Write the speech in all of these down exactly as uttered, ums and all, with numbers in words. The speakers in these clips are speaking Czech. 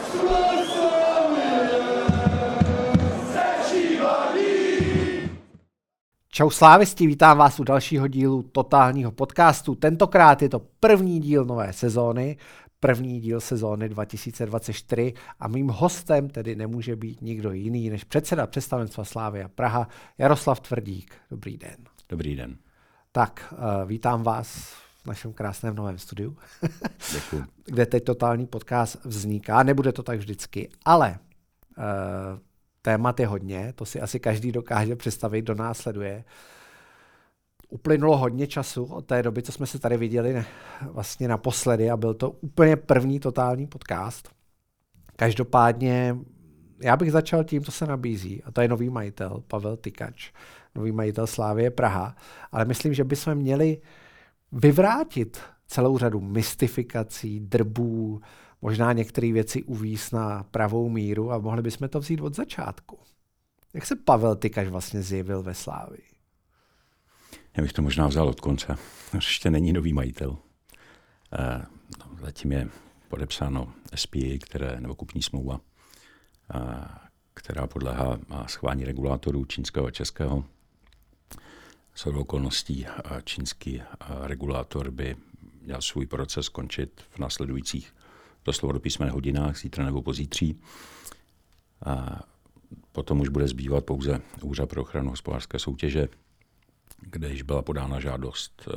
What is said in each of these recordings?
Čau slávisti, vítám vás u dalšího dílu totálního podcastu. Tentokrát je to první díl nové sezóny, první díl sezóny dva tisíce dvacet čtyři a mým hostem tedy nemůže být nikdo jiný než předseda představenstva Slavia Praha Jaroslav Tvrdík. Dobrý den. Dobrý den. Tak, vítám vás v našem krásném novém studiu, Děkuji. Kde teď totální podcast vzniká. Nebude to tak vždycky, ale uh, témat je hodně, to si asi každý dokáže představit, kdo nás sleduje. Uplynulo hodně času od té doby, co jsme se tady viděli vlastně naposledy a byl to úplně první totální podcast. Každopádně já bych začal tím, co se nabízí, a to je nový majitel Pavel Tykač, nový majitel Slavie Praha, ale myslím, že bychom měli vyvrátit celou řadu mystifikací, drbů, možná některé věci uvést na pravou míru a mohli bychom to vzít od začátku. Jak se Pavel Tykač vlastně zjevil ve Slavii? Já bych to možná vzal od konce. Ještě není nový majitel. E, no, zatím je podepsáno S P A, které, nebo kupní smlouva, e, která podléhá schválení regulátorů čínského a českého. Shodou okolností čínský regulátor by měl svůj proces skončit v následujících doslova do písmene hodinách, zítra nebo pozítří. A potom už bude zbývat pouze Úřad pro ochranu hospodářské soutěže, kde již byla podána žádost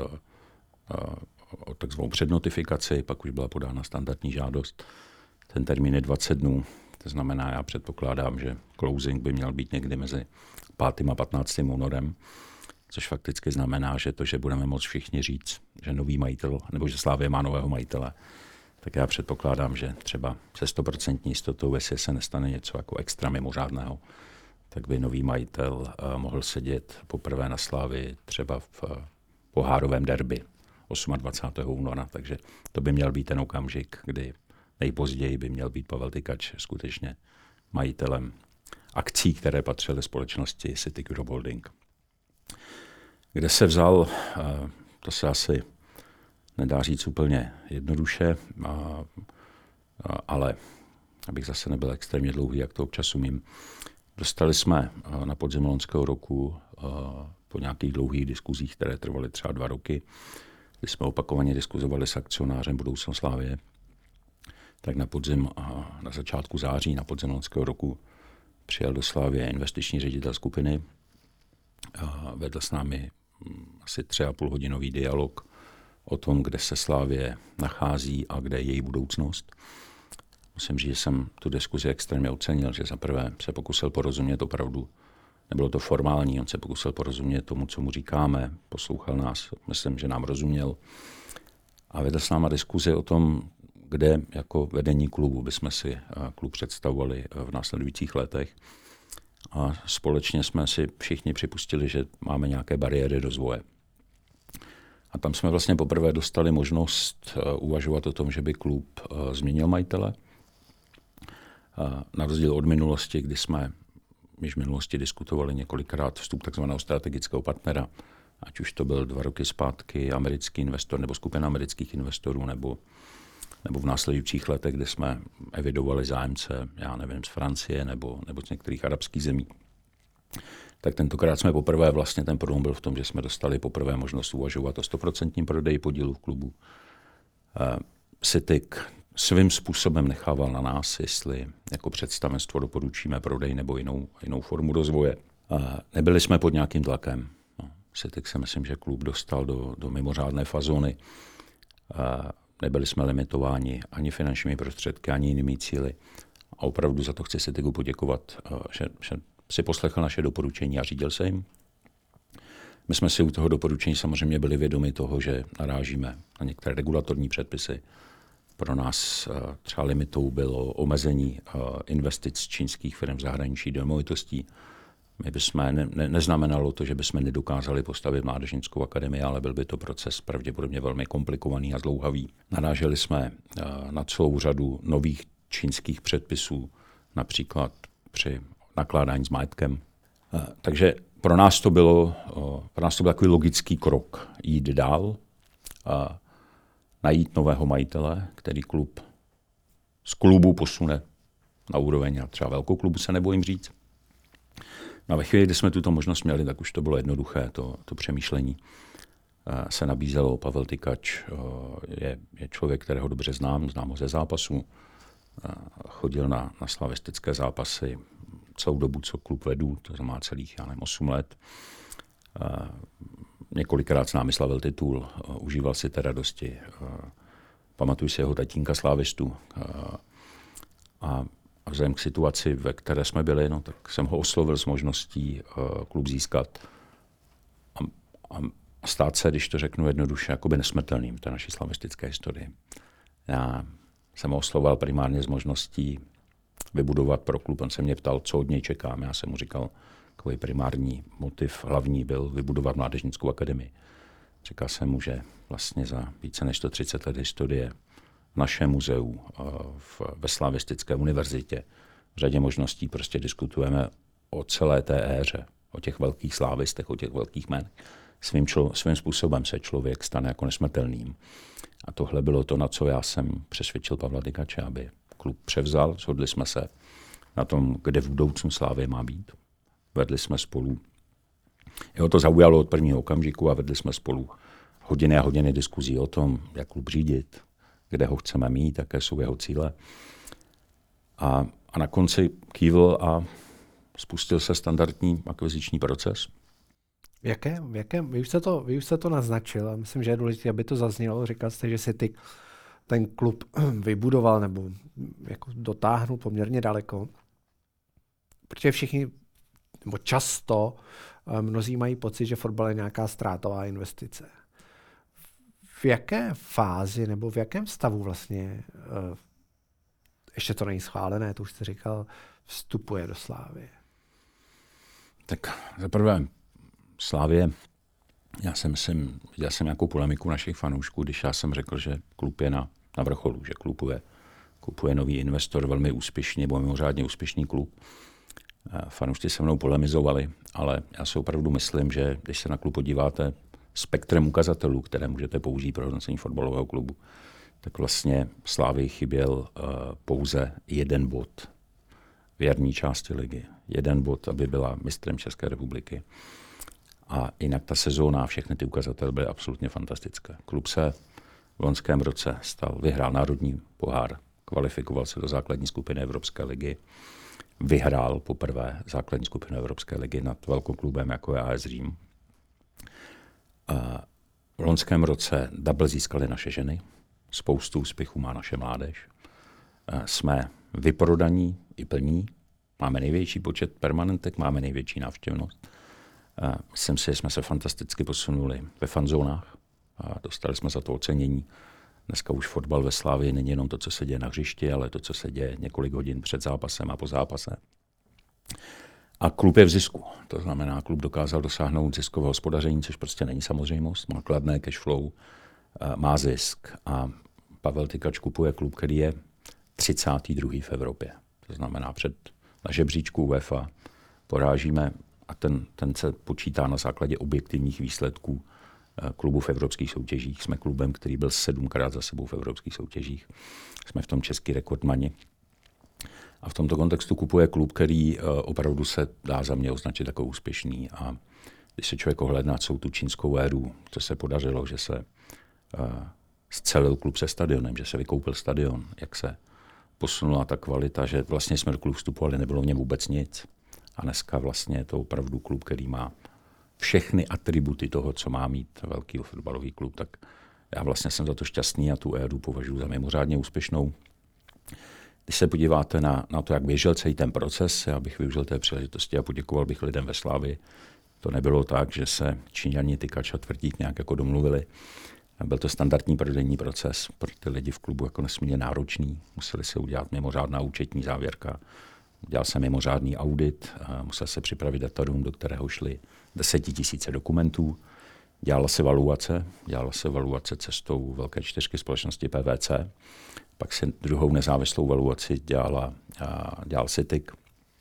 o takzvanou přednotifikaci, pak už byla podána standardní žádost. Ten termín je dvacet dnů, to znamená, já předpokládám, že closing by měl být někdy mezi pátým a patnáctým únorem, což fakticky znamená, že to, že budeme moct všichni říct, že nový majitel, nebo že Slavia má nového majitele, tak já předpokládám, že třeba se stoprocentní jistotou, jestli se nestane něco jako extra mimořádného, tak by nový majitel uh, mohl sedět poprvé na Slavii třeba v uh, pohárovém derby dvacátého osmého února, takže to by měl být ten okamžik, kdy nejpozději by měl být Pavel Tykač skutečně majitelem akcí, které patřily společnosti Citigroup Holding. Kde se vzal, uh, to se asi nedá říct úplně jednoduše, a, a, ale abych zase nebyl extrémně dlouhý, jak to občas umím. Dostali jsme na podzim loňského roku po nějakých dlouhých diskuzích, které trvaly třeba dva roky, kdy jsme opakovaně diskuzovali s akcionářem budoucnost Slavie, tak na podzim, na začátku září, na podzim loňského roku přijel do Slavie investiční ředitel skupiny, vedl s námi asi tři a půl hodinový dialog o tom, kde se Slavie nachází a kde je její budoucnost. Musím říct, že jsem tu diskuzi extrémně ocenil, že zaprvé se pokusil porozumět opravdu, nebylo to formální, on se pokusil porozumět tomu, co mu říkáme, poslouchal nás, myslím, že nám rozuměl a vedl s náma diskuzi o tom, kde jako vedení klubu bychom si klub představovali v následujících letech. A společně jsme si všichni připustili, že máme nějaké bariéry rozvoje. A tam jsme vlastně poprvé dostali možnost uvažovat o tom, že by klub změnil majitele. Na rozdíl od minulosti, kdy jsme již v minulosti diskutovali několikrát vstup takzvaného strategického partnera, ať už to byl dva roky zpátky americký investor nebo skupina amerických investorů, nebo, nebo v následujících letech, kdy jsme evidovali zájemce, já nevím, z Francie nebo, nebo z některých arabských zemí. Tak tentokrát jsme poprvé, vlastně ten problém byl v tom, že jsme dostali poprvé možnost uvažovat o stoprocentním prodeji podílu v klubu. Citig svým způsobem nechával na nás, jestli jako představenstvo doporučíme prodej nebo jinou, jinou formu rozvoje. Nebyli jsme pod nějakým tlakem. No, Citig se myslím, že klub dostal do, do mimořádné fazony. Nebyli jsme limitováni ani finančními prostředky, ani jinými cíli. A opravdu za to chci Citigu poděkovat, že, že si poslechl naše doporučení a řídil se jim. My jsme si u toho doporučení samozřejmě byli vědomi toho, že narážíme na některé regulatorní předpisy. Pro nás třeba limitou bylo omezení investic čínských firm v zahraničí do nemovitostí. My bychom, ne, ne, neznamenalo to, že bychom nedokázali postavit mládežnickou akademii, ale byl by to proces pravděpodobně velmi komplikovaný a zdlouhavý. Naráželi jsme na celou řadu nových čínských předpisů, například při nakládání s majetkem. Takže pro nás to bylo, pro nás to byl takový logický krok jít dál, najít nového majitele, který klub z klubu posune na úroveň a třeba velkou klubu, se nebojím říct. No a ve chvíli, kdy jsme tuto možnost měli, tak už to bylo jednoduché, to, to přemýšlení se nabízelo. Pavel Tykač je, je člověk, kterého dobře znám, znám ho ze zápasu. Chodil na, na slavistické zápasy celou dobu, co klub vedu, to znamená celých, já nevím, osm let. Několikrát s námi slavil titul, užíval si té radosti. Pamatuju si jeho tatínka slávistu. A A vzhledem k situaci, ve které jsme byli, no, tak jsem ho oslovil s možností uh, klub získat a, a stát se, když to řeknu jednoduše, jakoby nesmrtelným v té naší slavistické historii. Já jsem ho oslovoval primárně s možností vybudovat pro klub. On se mě ptal, co od něj čekám. Já jsem mu říkal, takový primární motiv hlavní byl vybudovat mládežnickou akademii. Říkal jsem mu, že vlastně za více než sto třicet let historie v našem muzeu, v, ve slavistické univerzitě. V řadě možností prostě diskutujeme o celé té éře, o těch velkých slávistech, o těch velkých jménech. Svým, člo, svým způsobem se člověk stane jako nesmrtelným. A tohle bylo to, na co já jsem přesvědčil Pavla Tykače, aby klub převzal. Shodli jsme se na tom, kde v budoucnu Slávie má být. Vedli jsme spolu. Jeho to zaujalo od prvního okamžiku a vedli jsme spolu hodiny a hodiny diskuzí o tom, jak klub řídit, kde ho chceme mít, jaké jsou jeho cíle. A, a na konci kývl a spustil se standardní akviziční proces. V jakém, v jakém, vy už jste to, vy už jste to naznačil a myslím, že je důležité, aby to zaznělo. Říkal jste, že si ty, ten klub vybudoval nebo jako dotáhnul poměrně daleko. Protože všichni, nebo často mnozí mají pocit, že fotbal je nějaká ztrátová investice. V jaké fázi nebo v jakém stavu vlastně, ještě to není schválené, to už jste říkal, vstupuje do Slávie? Tak za prvé, Slávie, já jsem, jsem, viděl jsem nějakou polemiku našich fanoušků, když já jsem řekl, že klub je na, na vrcholu, že kupuje, kupuje nový investor, velmi úspěšný, nebo mimořádně úspěšný klub. Fanoušci se mnou polemizovali, ale já si opravdu myslím, že když se na klub podíváte spektrem ukazatelů, které můžete použít pro hodnocení fotbalového klubu, tak vlastně Slávii chyběl uh, pouze jeden bod v jarní části ligy. Jeden bod, aby byla mistrem České republiky. A jinak ta sezóna, všechny ty ukazatele byly absolutně fantastické. Klub se v loňském roce stal, vyhrál národní pohár, kvalifikoval se do základní skupiny Evropské ligy, vyhrál poprvé základní skupinu Evropské ligy nad velkou klubem, jako je A S Řím. V loňském roce double získali naše ženy, spoustu úspěchů má naše mládež. Jsme vyprodaní i plní, máme největší počet permanentek, máme největší návštěvnost. Myslím si, že jsme se fantasticky posunuli ve fanzónách a dostali jsme za to ocenění. Dneska už fotbal ve Slávii není jenom to, co se děje na hřišti, ale to, co se děje několik hodin před zápasem a po zápase. A klub je v zisku. To znamená, klub dokázal dosáhnout ziskového hospodaření, což prostě není samozřejmost. Má kladné cash flow, má zisk a Pavel Tykač kupuje klub, který je třicátý druhý v Evropě. To znamená, před na žebříčku UEFA porážíme a ten, ten se počítá na základě objektivních výsledků klubů v evropských soutěžích. Jsme klubem, který byl sedmkrát za sebou v evropských soutěžích. Jsme v tom český rekordmani. A v tomto kontextu kupuje klub, který opravdu se dá za mě označit jako úspěšný. A když se člověk ohledná celou tu čínskou éru, co se podařilo, že se scelil klub se stadionem, že se vykoupil stadion, jak se posunula ta kvalita, že vlastně jsme do klubu vstupovali, nebylo v něm vůbec nic. A dneska vlastně je to opravdu klub, který má všechny atributy toho, co má mít velký fotbalový klub, tak já vlastně jsem za to šťastný a tu éru považuji za mimořádně úspěšnou. Když se podíváte na, na to, jak běžel celý ten proces, já bych využil té příležitosti a poděkoval bych lidem ve Slávii. To nebylo tak, že se Číňani, Tykač a Tvrdík nějak jako domluvili. Byl to standardní prodejní proces pro ty lidi v klubu jako nesmírně náročný. Museli se udělat mimořádná účetní závěrka. Dělal se mimořádný audit, musel se připravit datadum, do kterého šly desetitisíce dokumentů. Dělala se valuace, dělala se valuace cestou velké čtyřky společnosti P V C. Pak se druhou nezávislou valuaci dělala, dělal Citic,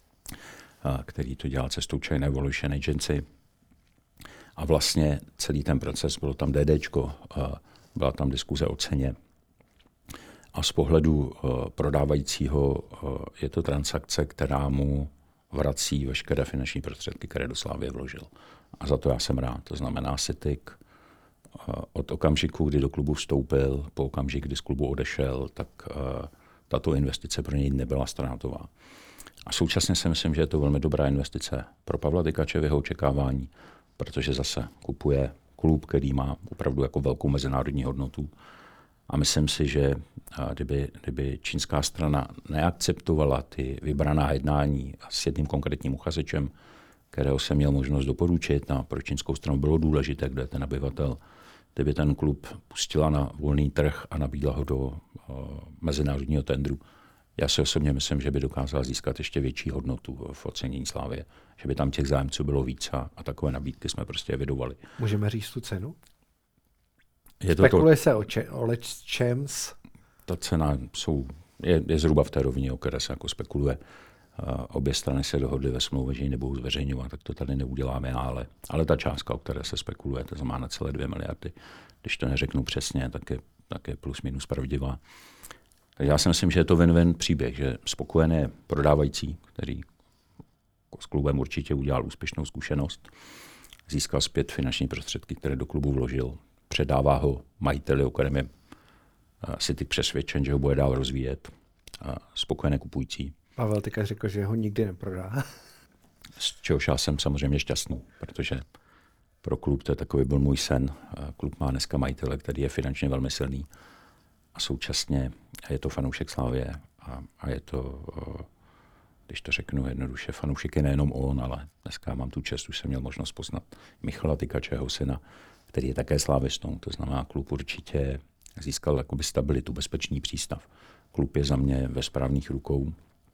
který to dělal cestou China Evolution Agency. A vlastně celý ten proces, bylo tam DDčko, byla tam diskuze o ceně. A z pohledu uh, prodávajícího uh, je to transakce, která mu vrací veškeré finanční prostředky, které do Slavie vložil. A za to já jsem rád. To znamená Sitik uh, od okamžiku, kdy do klubu vstoupil, po okamžik, kdy z klubu odešel, tak uh, tato investice pro něj nebyla ztrátová. A současně si myslím, že je to velmi dobrá investice pro Pavla Tykače v jeho očekávání, protože zase kupuje klub, který má opravdu jako velkou mezinárodní hodnotu. A myslím si, že kdyby, kdyby čínská strana neakceptovala ty vybraná jednání s jedním konkrétním uchazečem, kterého jsem měl možnost doporučit, a pro čínskou stranu bylo důležité, kdo je ten nabyvatel, kdyby ten klub pustila na volný trh a nabídla ho do uh, mezinárodního tendru, já si osobně myslím, že by dokázala získat ještě větší hodnotu v ocenění Slavie, že by tam těch zájemců bylo víc a, a takové nabídky jsme prostě evidovali. Můžeme říct tu cenu? Je to Spekuluje to, se o, če, o Čems? Ta cena jsou, je, je zhruba v té rovině, o které se jako spekuluje. Uh, obě strany se dohodly ve smlouvě, že ji nebudou zveřejňovat, tak to tady neuděláme, ale, ale ta částka, o které se spekuluje, to znamená celé dvě miliardy. Když to neřeknu přesně, tak je, tak je plus minus pravdivá. Já si myslím, že je to win-win příběh, že spokojený je prodávající, který s klubem určitě udělal úspěšnou zkušenost, získal zpět finanční prostředky, které do klubu vložil, předává ho majiteli, o kterém je si ty přesvědčen, že ho bude dál rozvíjet, spokojené kupující. Pavel Tykač řekl, že ho nikdy neprodá. Z čehož já jsem samozřejmě šťastný, protože pro klub to je takový byl můj sen. Klub má dneska majitele, který je finančně velmi silný a současně je to fanoušek Slavie a, a je to, když to řeknu jednoduše, fanoušek je nejenom on, ale dneska mám tu čest, už jsem měl možnost poznat Michala Tykače, jeho syna, který je také slávistou. To znamená, klub určitě získal jakoby stabilitu, bezpečný přístav. Klub je za mě ve správných rukou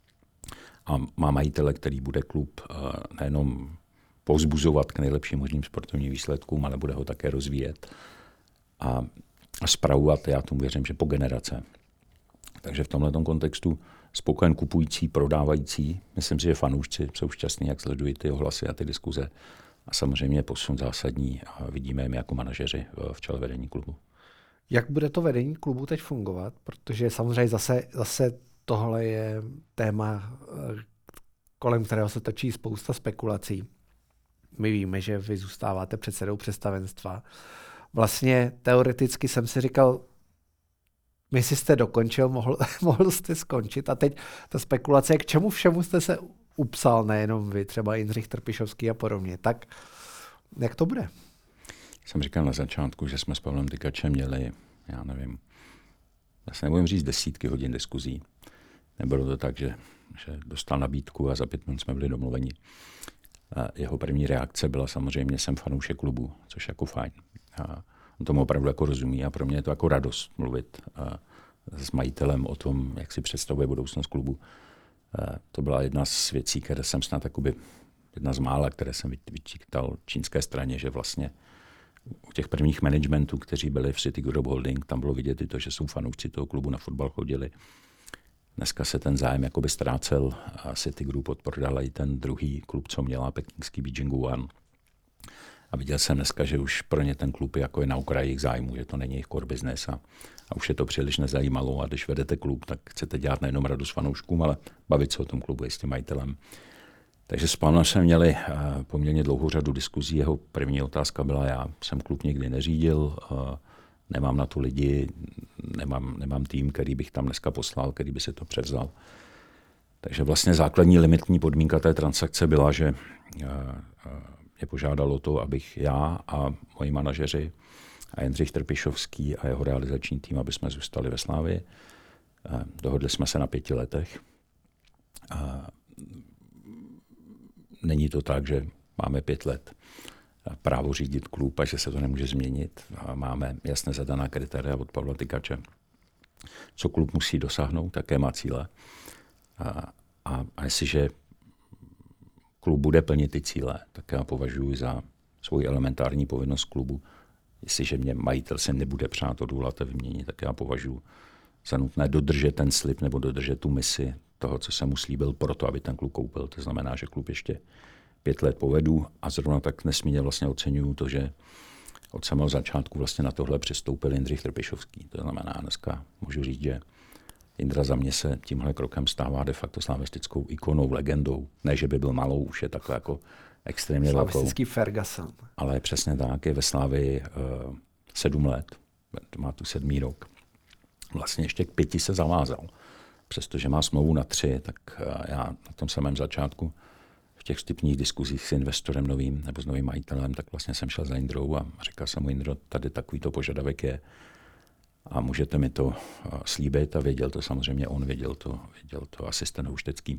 a má majitele, který bude klub nejenom povzbuzovat k nejlepším možným sportovním výsledkům, ale bude ho také rozvíjet a, a spravovat, já tomu věřím, že po generace. Takže v tomto kontextu spokojen kupující, prodávající, myslím si, že fanoušci jsou šťastní, jak sledují ty ohlasy a ty diskuze. A samozřejmě posun zásadní a vidíme je jako manažeři v čele vedení klubu. Jak bude to vedení klubu teď fungovat? Protože samozřejmě zase, zase tohle je téma, kolem kterého se točí spousta spekulací. My víme, že vy zůstáváte předsedou představenstva. Vlastně teoreticky jsem si říkal, my si jste dokončil, mohl, mohl jste skončit. A teď ta spekulace je, k čemu všemu jste se upsal, nejenom vy, třeba Jindřich Trpišovský a podobně. Tak jak to bude? Jsem říkal na začátku, že jsme s Pavlem Tykačem měli, já nevím, já se nebudem říct desítky hodin diskuzí. Nebylo to tak, že, že dostal nabídku a za pět minut jsme byli domluveni. A jeho první reakce byla samozřejmě, jsem fanoušek klubu, což je jako fajn. A on tomu opravdu jako rozumí a pro mě je to jako radost mluvit a s majitelem o tom, jak si představuje budoucnost klubu. A to byla jedna z věcí, které jsem snad jakoby, jedna z mála, které jsem vyčítal čínské straně, že vlastně u těch prvních managementů, kteří byli v City Group Holding, tam bylo vidět i to, že jsou fanoušci toho klubu, na fotbal chodili. Dneska se ten zájem jakoby ztrácel a City Group odprodala i ten druhý klub, co měla, pekingský Beijing One. A viděl jsem dneska, že už pro ně ten klub je jako je na okraji jejich zájmu, že to není jejich core business a, a už je to příliš nezajímalo. A když vedete klub, tak chcete dělat nejenom radost fanouškům, ale bavit se o tom klubu i s tím majitelem. Takže s Pavlem jsme měli uh, poměrně dlouhou řadu diskuzí. Jeho první otázka byla, já jsem klub nikdy neřídil, uh, nemám na to lidi, nemám, nemám tým, který bych tam dneska poslal, který by se to převzal. Takže vlastně základní limitní podmínka té transakce byla, že uh, uh, mě požádalo to, abych já a moji manažeři a Jindřich Trpišovský a jeho realizační tým, aby jsme zůstali ve Slavii. Uh, dohodli jsme se na pěti letech. Uh, Není to tak, že máme pět let právo řídit klub a že se to nemůže změnit. A máme jasně zadaná kritéria od Pavla Tykače, co klub musí dosáhnout, také má cíle. A, a, a jestliže klub bude plnit ty cíle, tak já považuji za svou elementární povinnost klubu. Jestliže mě majitel se nebude přát odvolat a vyměnit, tak já považuji za nutné dodržet ten slib nebo dodržet tu misi toho, co jsem mu slíbil, proto, aby ten klub koupil. To znamená, že klub ještě pět let povedu a zrovna tak nesmírně vlastně oceňuju to, že od samého začátku vlastně na tohle přistoupil Jindřich Trpišovský. To znamená, dneska můžu říct, že Jindra za mě se tímhle krokem stává de facto slavistickou ikonou, legendou. Ne, že by byl malou, už je takhle jako extrémně velkou. Slavistický Ferguson. Ale přesně tak, je ve Slavii uh, sedm let, má tu sedmý rok. Vlastně ještě k pěti se zavázal. Přestože má smlouvu na tři, tak uh, já na tom samém začátku v těch vstupních diskuzích s investorem novým nebo s novým majitelem, tak vlastně jsem šel za Jindrou a říkal jsem mu, Jindro, tady takovýto požadavek je a můžete mi to uh, slíbit, a věděl to samozřejmě on, věděl to, věděl to asistent Houštecký.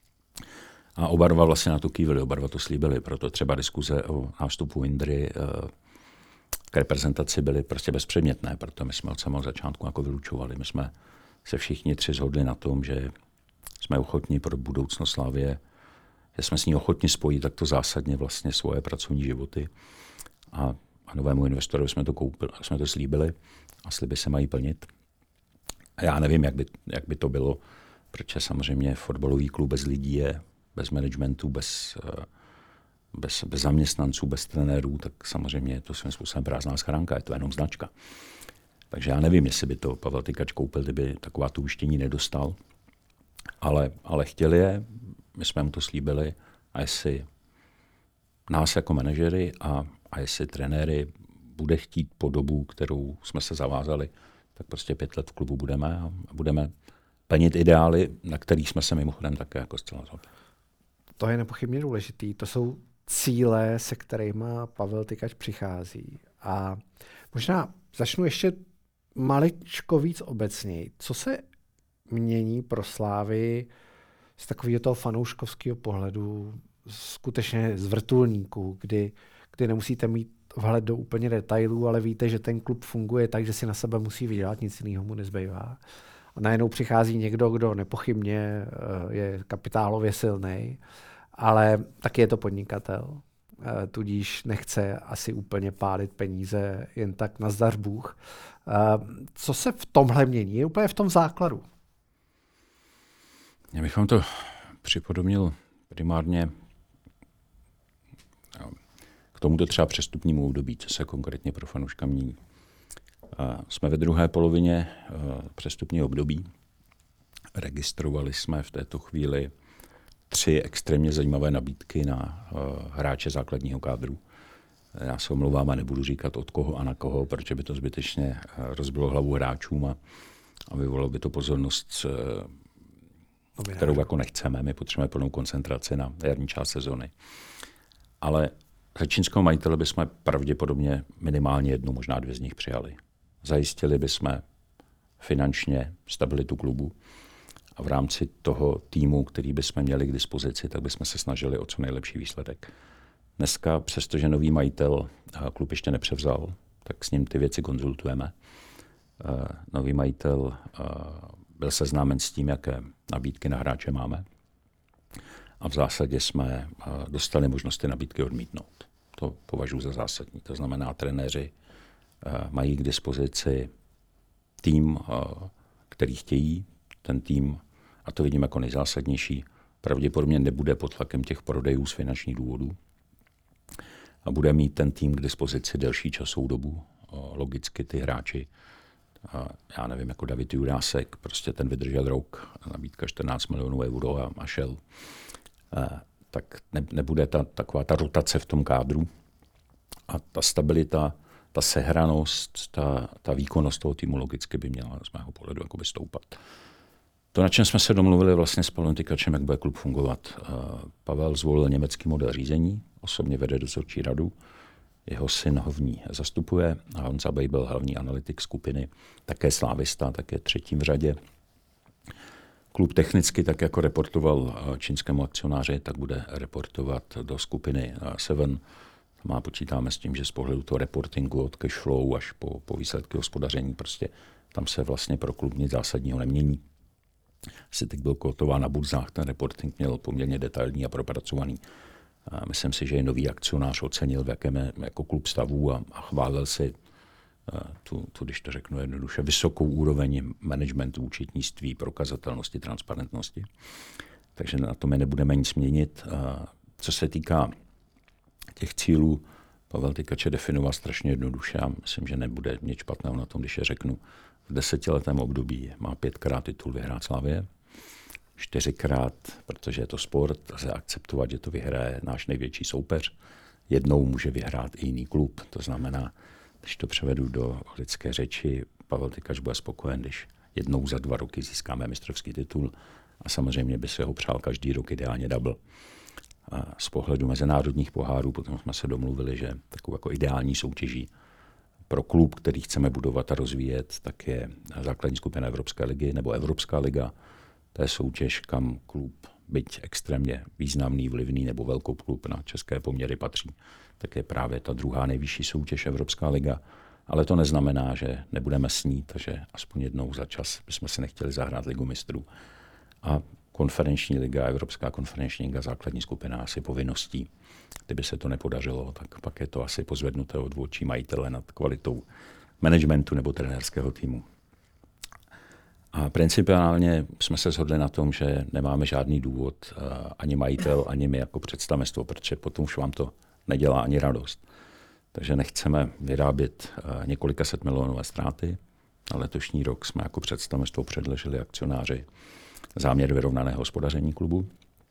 A oba dva vlastně na to kývili, oba dva to slíbili, proto třeba diskuze o nástupu Jindry uh, k reprezentaci byly prostě bezpředmětné, proto my jsme od samého začátku jako vylučovali. My jsme se všichni tři shodli na tom, že jsme ochotní pro budoucnost Slavie, že jsme s ní ochotni spojit takto zásadně vlastně svoje pracovní životy. A, a novému investorovi jsme to koupili, jsme to slíbili a sliby se mají plnit. A já nevím, jak by, jak by to bylo, protože samozřejmě fotbalový klub bez lidí je, bez managementu, bez, bez, bez zaměstnanců, bez trenérů, tak samozřejmě je to svým způsobem prázdná schránka, je to jenom značka. Takže já nevím, jestli by to Pavel Tykač koupil, kdyby taková tu ujištění nedostal, ale, ale chtěli je, my jsme mu to slíbili, a jestli nás jako manažery a, a jestli trenéry bude chtít po dobu, kterou jsme se zavázali, tak prostě pět let v klubu budeme a budeme plnit ideály, na kterých jsme se mimochodem také jako zcela zhodli. To je nepochybně důležitý. To jsou cíle, se kterými Pavel Tykač přichází. A možná začnu ještě maličko víc obecněji. Co se mění pro Slávy z takového toho fanouškovského pohledu, skutečně z vrtulníků, kdy, kdy nemusíte mít vhled do úplně detailů, ale víte, že ten klub funguje tak, že si na sebe musí vydělat, nic jiného mu nezbývá. A najednou přichází někdo, kdo nepochybně je kapitálově silný, ale taky je to podnikatel. Tudíž nechce asi úplně pálit peníze jen tak na zdař Bůh. Co se v tomhle mění? Je úplně v tom základu. Já bych vám to připodobnil primárně k tomuto třeba přestupnímu období, co se konkrétně pro fanouška mění. Jsme ve druhé polovině přestupního období. Registrovali jsme v této chvíli tři extrémně zajímavé nabídky na hráče základního kádru. Já se omlouvám a nebudu říkat od koho a na koho, protože by to zbytečně rozbilo hlavu hráčům a, a vyvolalo by to pozornost, kterou jako nechceme. My potřebujeme plnou koncentraci na jarní část sezony. Ale za čínského majitele bychom pravděpodobně minimálně jednu, možná dvě z nich přijali. Zajistili bychom finančně stabilitu klubu a v rámci toho týmu, který bychom měli k dispozici, tak bychom se snažili o co nejlepší výsledek. Dneska, přestože nový majitel klub ještě nepřevzal, tak s ním ty věci konzultujeme. Nový majitel byl seznámen s tím, jaké nabídky na hráče máme. A v zásadě jsme dostali možnost ty nabídky odmítnout. To považuji za zásadní. To znamená, trenéři mají k dispozici tým, který chtějí. Ten tým, a to vidím jako nejzásadnější, pravděpodobně nebude pod tlakem těch prodejů z finančních důvodů. A bude mít ten tým k dispozici delší časovou dobu. Logicky ty hráči, já nevím, jako David Jurásek, prostě ten vydržel rok, nabídka čtrnáct milionů euro a, a šel. Tak ne, nebude ta, taková ta rotace v tom kádru a ta stabilita, ta sehranost, ta, ta výkonnost toho týmu logicky by měla z mého pohledu jakoby stoupat. To, na čem jsme se domluvili vlastně s Pavlem Tykačem, jak bude klub fungovat. Pavel zvolil německý model řízení, osobně vede dozorčí radu, jeho syn ho v ní zastupuje a Honza Bej byl hlavní analytik skupiny, také slávista, také třetím v řadě. Klub technicky, tak jako reportoval čínskému akcionáři, tak bude reportovat do skupiny Seven. Má počítáme s tím, že z pohledu toho reportingu od cash flow až po, po výsledky hospodaření, prostě tam se vlastně pro klub nic zásadního nemění. Si teď byl kotován na burzách, ten reporting měl poměrně detailní a propracovaný. A myslím si, že i nový akcionář ocenil, v jakém je jako klub stavu a, a chválil si tu, tu, když to řeknu jednoduše, vysokou úroveň managementu, účetnictví, prokazatelnosti, transparentnosti. Takže na tom my nebudeme nic měnit. Co se týká těch cílů Pavel Tykač je definoval strašně jednoduše a myslím, že nebude nic špatného na tom, když je řeknu. V desetiletém období má pětkrát titul vyhrát Slavie, čtyřikrát, protože je to sport, lze akceptovat, že to vyhraje náš největší soupeř. Jednou může vyhrát i jiný klub, to znamená, když to převedu do lidské řeči, Pavel Tykač bude spokojen, když jednou za dva roky získáme mistrovský titul a samozřejmě by se ho přál každý rok ideálně double. A z pohledu mezinárodních pohárů potom jsme se domluvili, že takovou jako ideální soutěží pro klub, který chceme budovat a rozvíjet, tak je základní skupina Evropské ligy nebo Evropská liga. To je soutěž, kam klub, byť extrémně významný, vlivný nebo velkoklub na české poměry patří, tak je právě ta druhá nejvyšší soutěž Evropská liga. Ale to neznamená, že nebudeme snít, takže aspoň jednou za čas bychom si nechtěli zahrát ligu mistrů. A konferenční liga, Evropská konferenční liga, základní skupina asi povinností. Kdyby se to nepodařilo, tak pak je to asi pozvednuté od očí majitele nad kvalitou managementu nebo trenérského týmu. A principiálně jsme se shodli na tom, že nemáme žádný důvod, ani majitel, ani my jako představenstvo, protože potom už vám to nedělá ani radost. Takže nechceme vyrábět několika set milionové ztráty. Na letošní rok jsme jako představenstvo předložili akcionáři záměr vyrovnaného hospodaření klubu.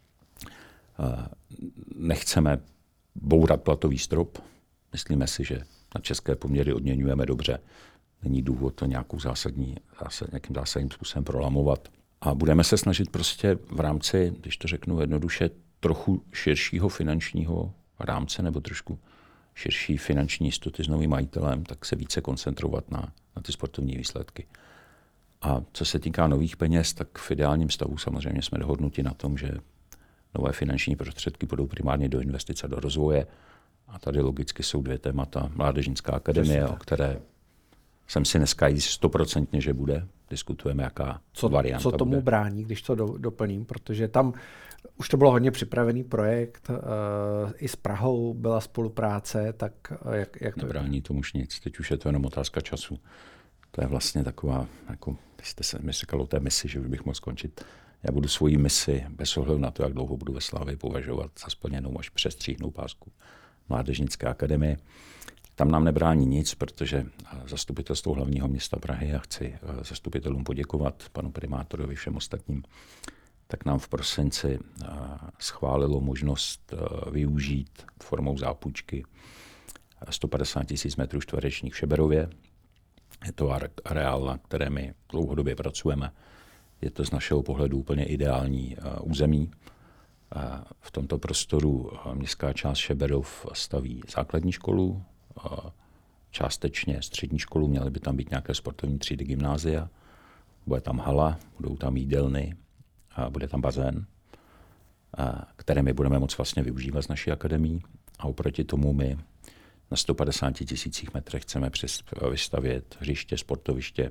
Nechceme bourat platový strop. Myslíme si, že na české poměry odměňujeme dobře. Není důvod to nějakou zásadní, zásad, nějakým zásadním způsobem prolamovat. A budeme se snažit prostě v rámci, když to řeknu jednoduše, trochu širšího finančního rámce nebo trošku širší finanční jistoty s novým majitelem, tak se více koncentrovat na, na ty sportovní výsledky. A co se týká nových peněz, tak v ideálním stavu samozřejmě jsme dohodnuti na tom, že nové finanční prostředky budou primárně do investice, do rozvoje. A tady logicky jsou dvě témata. Mládežnická akademie, o které jsem si dneska jist stoprocentně, že bude. Diskutujeme, jaká co, varianta Co tomu bude. brání, když to do, doplním, protože tam už to bylo hodně připravený projekt, uh, i s Prahou byla spolupráce, tak uh, jak, jak to... Nebrání tomu už nic, teď už je to jenom otázka času. To je vlastně taková, jako jste se mi říkal o té misi, že už bych mohl skončit. Já budu svoji misi bez ohledu na to, jak dlouho budu ve Slavii, považovat za splněnou, až přestříhnou pásku Mládežnické akademie. Tam nám nebrání nic, protože zastupitelstvo hlavního města Prahy, já chci zastupitelům poděkovat, panu primátorovi, všem ostatním, tak nám v prosinci schválilo možnost využít formou zápůjčky sto padesát tisíc metrů čtverečních v Šeberově. Je to areál, na které my dlouhodobě pracujeme. Je to z našeho pohledu úplně ideální území. V tomto prostoru městská část Šeberov staví základní školu, částečně střední školu, měly by tam být nějaké sportovní třídy gymnázia, bude tam hala, budou tam jídelny a bude tam bazén, které my budeme moct vlastně využívat z naší akademii. A oproti tomu my na sto padesáti tisících metrech chceme vystavět hřiště, sportoviště,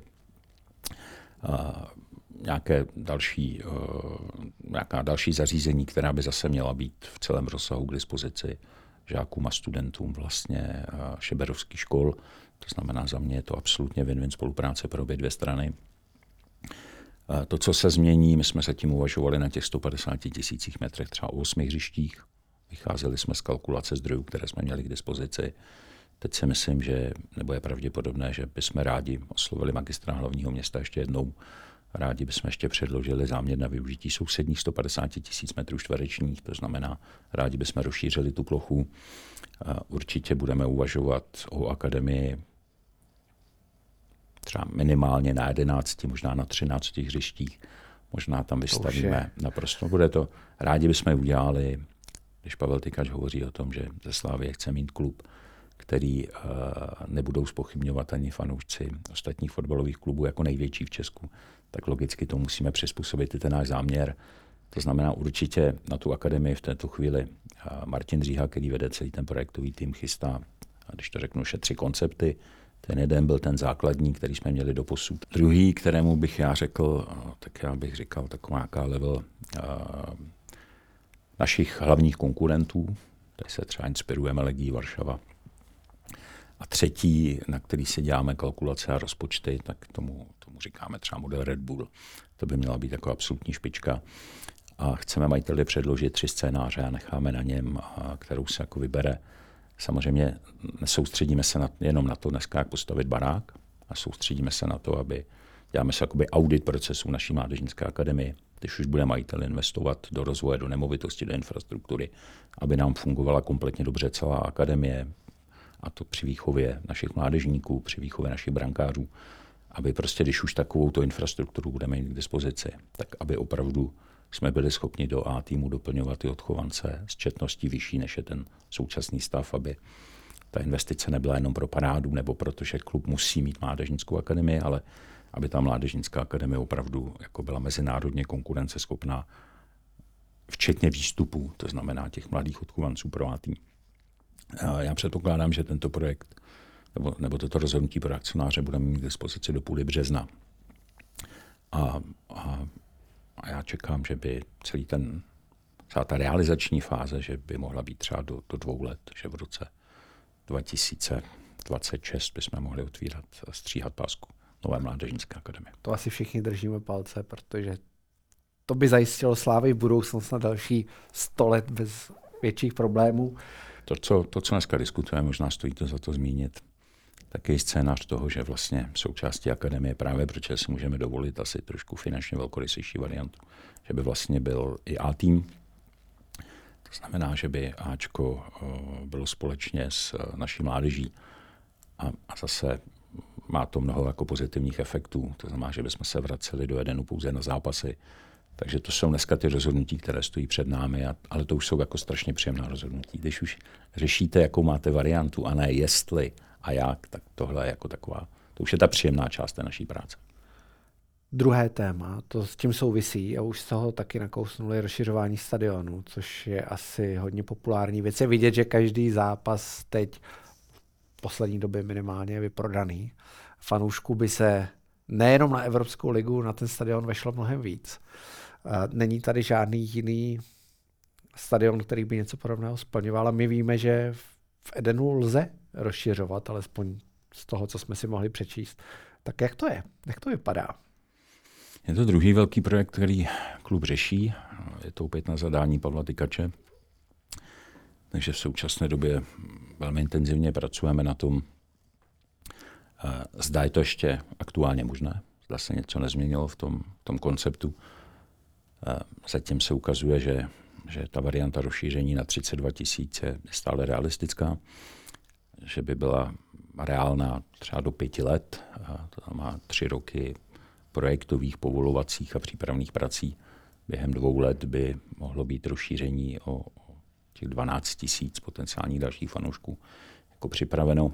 nějaké další, nějaká další zařízení, která by zase měla být v celém rozsahu k dispozici žákům a studentům vlastně šeberovských škol. To znamená, za mě je to absolutně win-win spolupráce pro obě dvě strany. To, co se změní, my jsme se tím uvažovali na těch sto padesáti tisících metrech třeba o osmi hřištích. Vycházeli jsme z kalkulace zdrojů, které jsme měli k dispozici. Teď si myslím, že, nebo je pravděpodobné, že bychom rádi oslovili magistra hlavního města ještě jednou. Rádi bychom ještě předložili záměr na využití sousedních sto padesáti tisíc metrů čtverečních, to znamená, rádi bychom rozšířili tu plochu. Určitě budeme uvažovat o akademii třeba minimálně na jedenácti, možná na třinácti hřištích. Možná tam vystavíme naprosto. Bude to, rádi bychom udělali, když Pavel Tykač hovoří o tom, že ze Slavie chce mít klub, který uh, nebudou zpochybňovat ani fanoušci ostatních fotbalových klubů jako největší v Česku, tak logicky to musíme přizpůsobit i ten náš záměr. To znamená určitě na tu akademii v této chvíli uh, Martin Říha, který vede celý ten projektový tým, chystá, a když to řeknu, še tři koncepty. Ten jeden byl ten základní, který jsme měli doposud. Druhý, kterému bych já řekl, tak já bych říkal taková nějaká level uh, našich hlavních konkurentů, tady se třeba inspirujeme Legií Varšava. A třetí, na který si děláme kalkulace a rozpočty, tak tomu, tomu říkáme třeba model Red Bull. To by měla být jako absolutní špička. A chceme majiteli předložit tři scénáře a necháme na něm, a kterou se jako vybere samozřejmě nesoustředíme se na, jenom na to dneska, jak postavit barák, a soustředíme se na to, aby děláme se jakoby audit procesu naší mládežnické akademie, když už bude majitel investovat do rozvoje, do nemovitosti, do infrastruktury, aby nám fungovala kompletně dobře celá akademie, a to při výchově našich mládežníků, při výchově našich brankářů, aby prostě, když už takovou tu infrastrukturu budeme mít k dispozici, tak aby opravdu jsme byli schopni do A týmu doplňovat ty odchovance s četností vyšší, než je ten současný stav, aby ta investice nebyla jenom pro parádu nebo protože klub musí mít mládežnickou akademii, ale aby ta mládežnická akademie opravdu jako byla mezinárodně konkurenceschopná, včetně výstupů, to znamená těch mladých odchovanců pro A tým. Já předpokládám, že tento projekt nebo, nebo toto rozhodnutí pro akcionáře budeme mít k dispozici do půly března. A, a, a já čekám, že by celý ten, celá ta realizační fáze, že by mohla být třeba do, do dvou let, že v roce dva tisíce dvacet šest bychom mohli otvírat a stříhat pásku nové mládežnické akademie. To asi všichni držíme palce, protože to by zajistilo Slávy v budoucnost na další sto let bez větších problémů. To, co, to, co dneska diskutujeme, možná stojí to za to zmínit, takový scénář toho, že vlastně součástí akademie právě protože si můžeme dovolit asi trošku finančně velkorysejší variantu, že by vlastně byl i A tým. To znamená, že by Ačko bylo společně s naší mládeží a, a zase má to mnoho jako pozitivních efektů. To znamená, že bychom se vraceli do Edenu pouze na zápasy. Takže to jsou dneska ty rozhodnutí, které stojí před námi, a, ale to už jsou jako strašně příjemná rozhodnutí. Když už řešíte, jakou máte variantu a ne jestli a jak, tak tohle je jako taková, to už je ta příjemná část té naší práce. Druhé téma, to s tím souvisí a už z toho taky nakousnuli rozšiřování stadionu, což je asi hodně populární věc. Je vidět, že každý zápas teď v poslední době minimálně je vyprodaný. Fanoušků by se nejenom na Evropskou ligu, na ten stadion vešlo mnohem víc. Není tady žádný jiný stadion, který by něco podobného splňoval, a my víme, že v Edenu lze rozšiřovat, alespoň z toho, co jsme si mohli přečíst. Tak jak to je? Jak to vypadá? Je to druhý velký projekt, který klub řeší. Je to opět na zadání Pavla Tykače. Takže v současné době velmi intenzivně pracujeme na tom, zda je to ještě aktuálně možné. Zda se něco nezměnilo v tom, v tom konceptu. Zatím se ukazuje, že, že ta varianta rozšíření na třicet dva tisíc je stále realistická, že by byla reálná třeba do pěti let. To má tři roky projektových, povolovacích a přípravných prací. Během dvou let by mohlo být rozšíření o těch dvanáct tisíc potenciálních dalších fanoušků jako připraveno.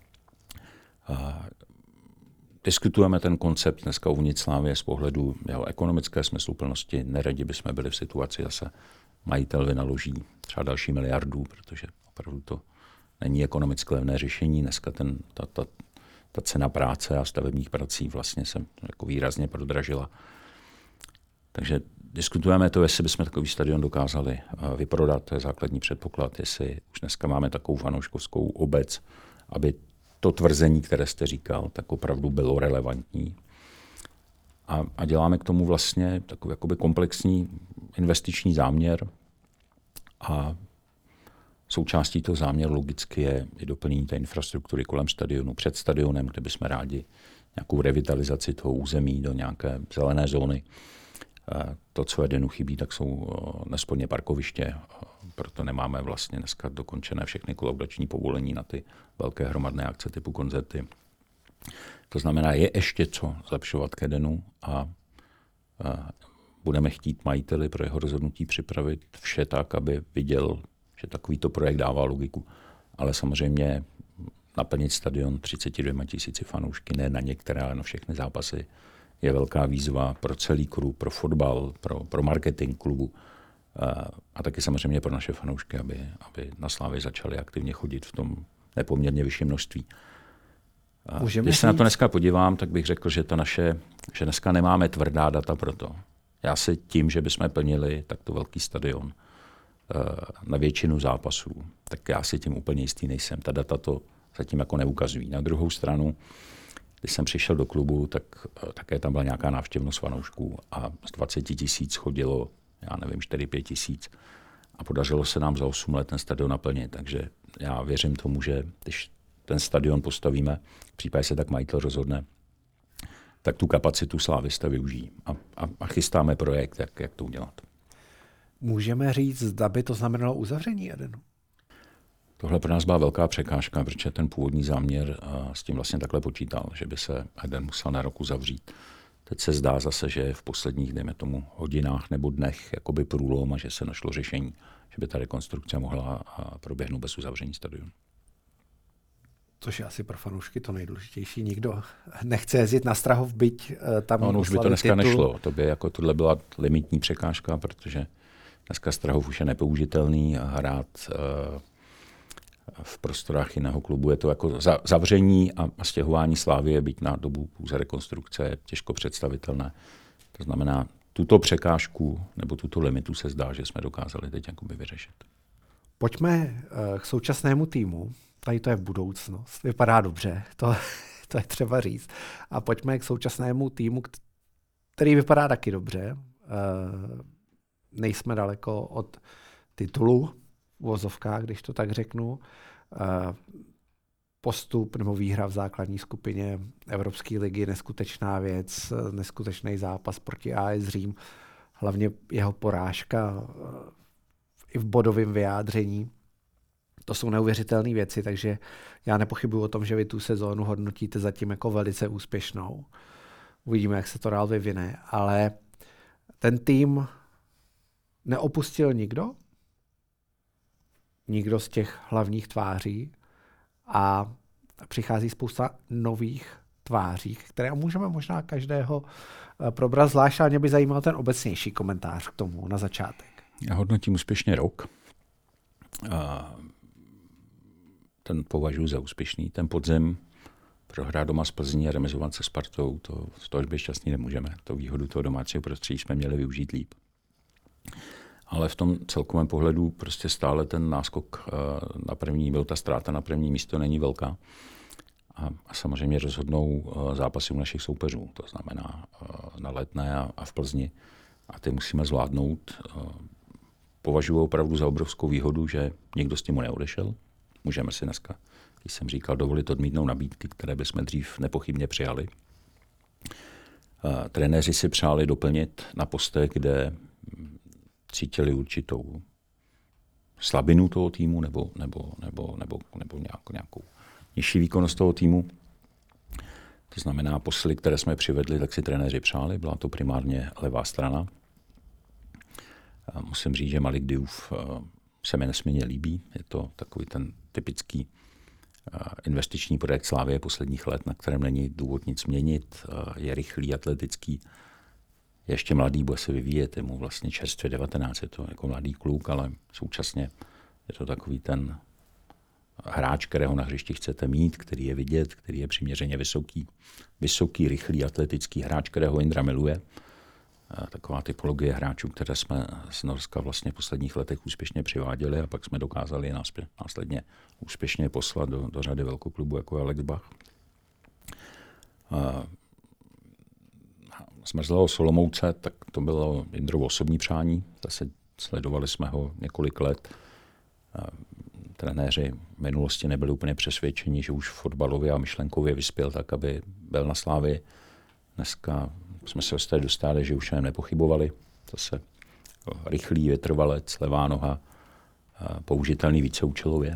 A diskutujeme ten koncept dneska uvnitř Slávie z pohledu jeho ekonomické smysluplnosti. Neradi bychom byli v situaci, zase majitel vynaloží třeba další miliardu, protože opravdu to není ekonomicky levné řešení. Dneska ten, ta, ta, ta cena práce a stavebních prací vlastně se jako výrazně prodražila. Takže diskutujeme to, jestli bychom takový stadion dokázali vyprodat, to je základní předpoklad, jestli už dneska máme takovou fanouškovskou obec, aby to tvrzení, které jste říkal, tak opravdu bylo relevantní. A, a děláme k tomu vlastně takový jakoby komplexní investiční záměr a součástí toho záměru logicky je i doplnění té infrastruktury kolem stadionu, před stadionem, kde bychom rádi nějakou revitalizaci toho území do nějaké zelené zóny. To, co Edenu chybí, tak jsou nesporně parkoviště, proto nemáme vlastně dneska dokončené všechny kolaudační povolení na ty velké hromadné akce typu koncerty. To znamená, je ještě co zlepšovat k Edenu a budeme chtít majiteli pro jeho rozhodnutí připravit vše tak, aby viděl, že takovýto projekt dává logiku. Ale samozřejmě naplnit stadion třicet dva tisíci fanoušky, ne na některé, ale na všechny zápasy, je velká výzva pro celý klub, pro fotbal, pro, pro marketing klubu a, a taky samozřejmě pro naše fanoušky, aby, aby na Slávy začali aktivně chodit v tom nepoměrně vyšším množství. Můžeme Když se na to dneska podívám, tak bych řekl, že to naše, že dneska nemáme tvrdá data pro to. Já si tím, že bychom plnili takto velký stadion na většinu zápasů, tak já si tím úplně jistý nejsem. Ta data to zatím jako neukazují. Na druhou stranu, když jsem přišel do klubu, tak také tam byla nějaká návštěvnost fanoušků a z dvacet tisíc chodilo, já nevím, čtyři pět tisíc a podařilo se nám za osm let ten stadion naplnit. Takže já věřím tomu, že když ten stadion postavíme, v případě se tak majitel rozhodne, tak tu kapacitu Slávista využijí. A, a, a chystáme projekt, jak, jak to udělat. Můžeme říct, zda by to znamenalo uzavření Edenu? Tohle pro nás byla velká překážka, protože ten původní záměr s tím vlastně takhle počítal, že by se Eden musel na rok uzavřít. Teď se zdá zase, že je v posledních, dejme tomu, hodinách nebo dnech jakoby průlom a že se našlo řešení, že by ta rekonstrukce mohla proběhnout bez uzavření stadionu. Což je asi pro fanoušky to nejdůležitější. Nikdo nechce jezdit na Strahov, byť tam no, no, už by to dneska titul. nešlo. To by jako tohle byla limitní překážka, protože dneska Strahov už je nepoužitelný a hrát uh, v prostorách jiného klubu je to jako za, zavření a, a stěhování Slávie, byť na dobu pouze rekonstrukce, je těžko představitelné. To znamená, tuto překážku nebo tuto limitu se zdá, že jsme dokázali teď jakoby vyřešit. Pojďme uh, k současnému týmu. Tady to je v budoucnost. Vypadá dobře, to, to je třeba říct. A pojďme k současnému týmu, který vypadá taky dobře. Uh, nejsme daleko od titulu v vozovkách, když to tak řeknu. Uh, postup nebo výhra v základní skupině Evropské ligy, neskutečná věc, neskutečný zápas proti A S Řím, hlavně jeho porážka uh, i v bodovém vyjádření. To jsou neuvěřitelné věci, takže já nepochybuji o tom, že vy tu sezónu hodnotíte zatím jako velice úspěšnou. Uvidíme, jak se to dál vyvine, ale ten tým neopustil nikdo, nikdo z těch hlavních tváří a přichází spousta nových tváří, které můžeme možná každého probrat zvlášť, ale mě by zajímal ten obecnější komentář k tomu na začátek. Já hodnotím úspěšně rok. A ten považuji za úspěšný. Ten podzim prohrát doma s Plzní a remizovat se Spartou, to z toho být šťastný nemůžeme. To výhodu toho domácího prostředí jsme měli využít líp. Ale v tom celkovém pohledu prostě stále ten náskok na první, byl ta ztráta na první místo není velká. A, a samozřejmě rozhodnou zápasy u našich soupeřů, to znamená na Letné a, a v Plzni. A ty musíme zvládnout. Považuji opravdu za obrovskou výhodu, že někdo s tím neodešel. Můžeme si dneska, když jsem říkal, dovolit odmítnout nabídky, které bychom dřív nepochybně přijali. Trenéři si přáli doplnit na postech, kde cítili určitou slabinu toho týmu nebo, nebo, nebo, nebo, nebo nějakou, nějakou nižší výkonnost toho týmu. To znamená, posily, které jsme přivedli, tak si trenéři přáli. Byla to primárně levá strana. Musím říct, že Malik Diouf se mi nesmírně líbí. Je to takový ten typický investiční projekt Slávie posledních let, na kterém není důvod nic měnit. Je rychlý, atletický, je ještě mladý, bude se vyvíjet, je mu vlastně čerstvě devatenáct, je to jako mladý kluk, ale současně je to takový ten hráč, kterého na hřišti chcete mít, který je vidět, který je přiměřeně vysoký, vysoký, rychlý, atletický hráč, kterého Indra miluje. Taková typologie hráčů, které jsme z Norska vlastně v posledních letech úspěšně přiváděli a pak jsme dokázali je následně úspěšně poslat do, do řady velkoklubů, jako je Alex Bach. Zmrzlého Solomouce, tak to bylo Jindrovo osobní přání. Zase sledovali jsme ho několik let. Trenéři v minulosti nebyli úplně přesvědčeni, že už fotbalově a myšlenkově vyspěl tak, aby byl na Slávii. Dneska jsme se ostatně dostali, že už jen nepochybovali. Zase rychlý vytrvalec, levá noha, použitelný víceúčelově.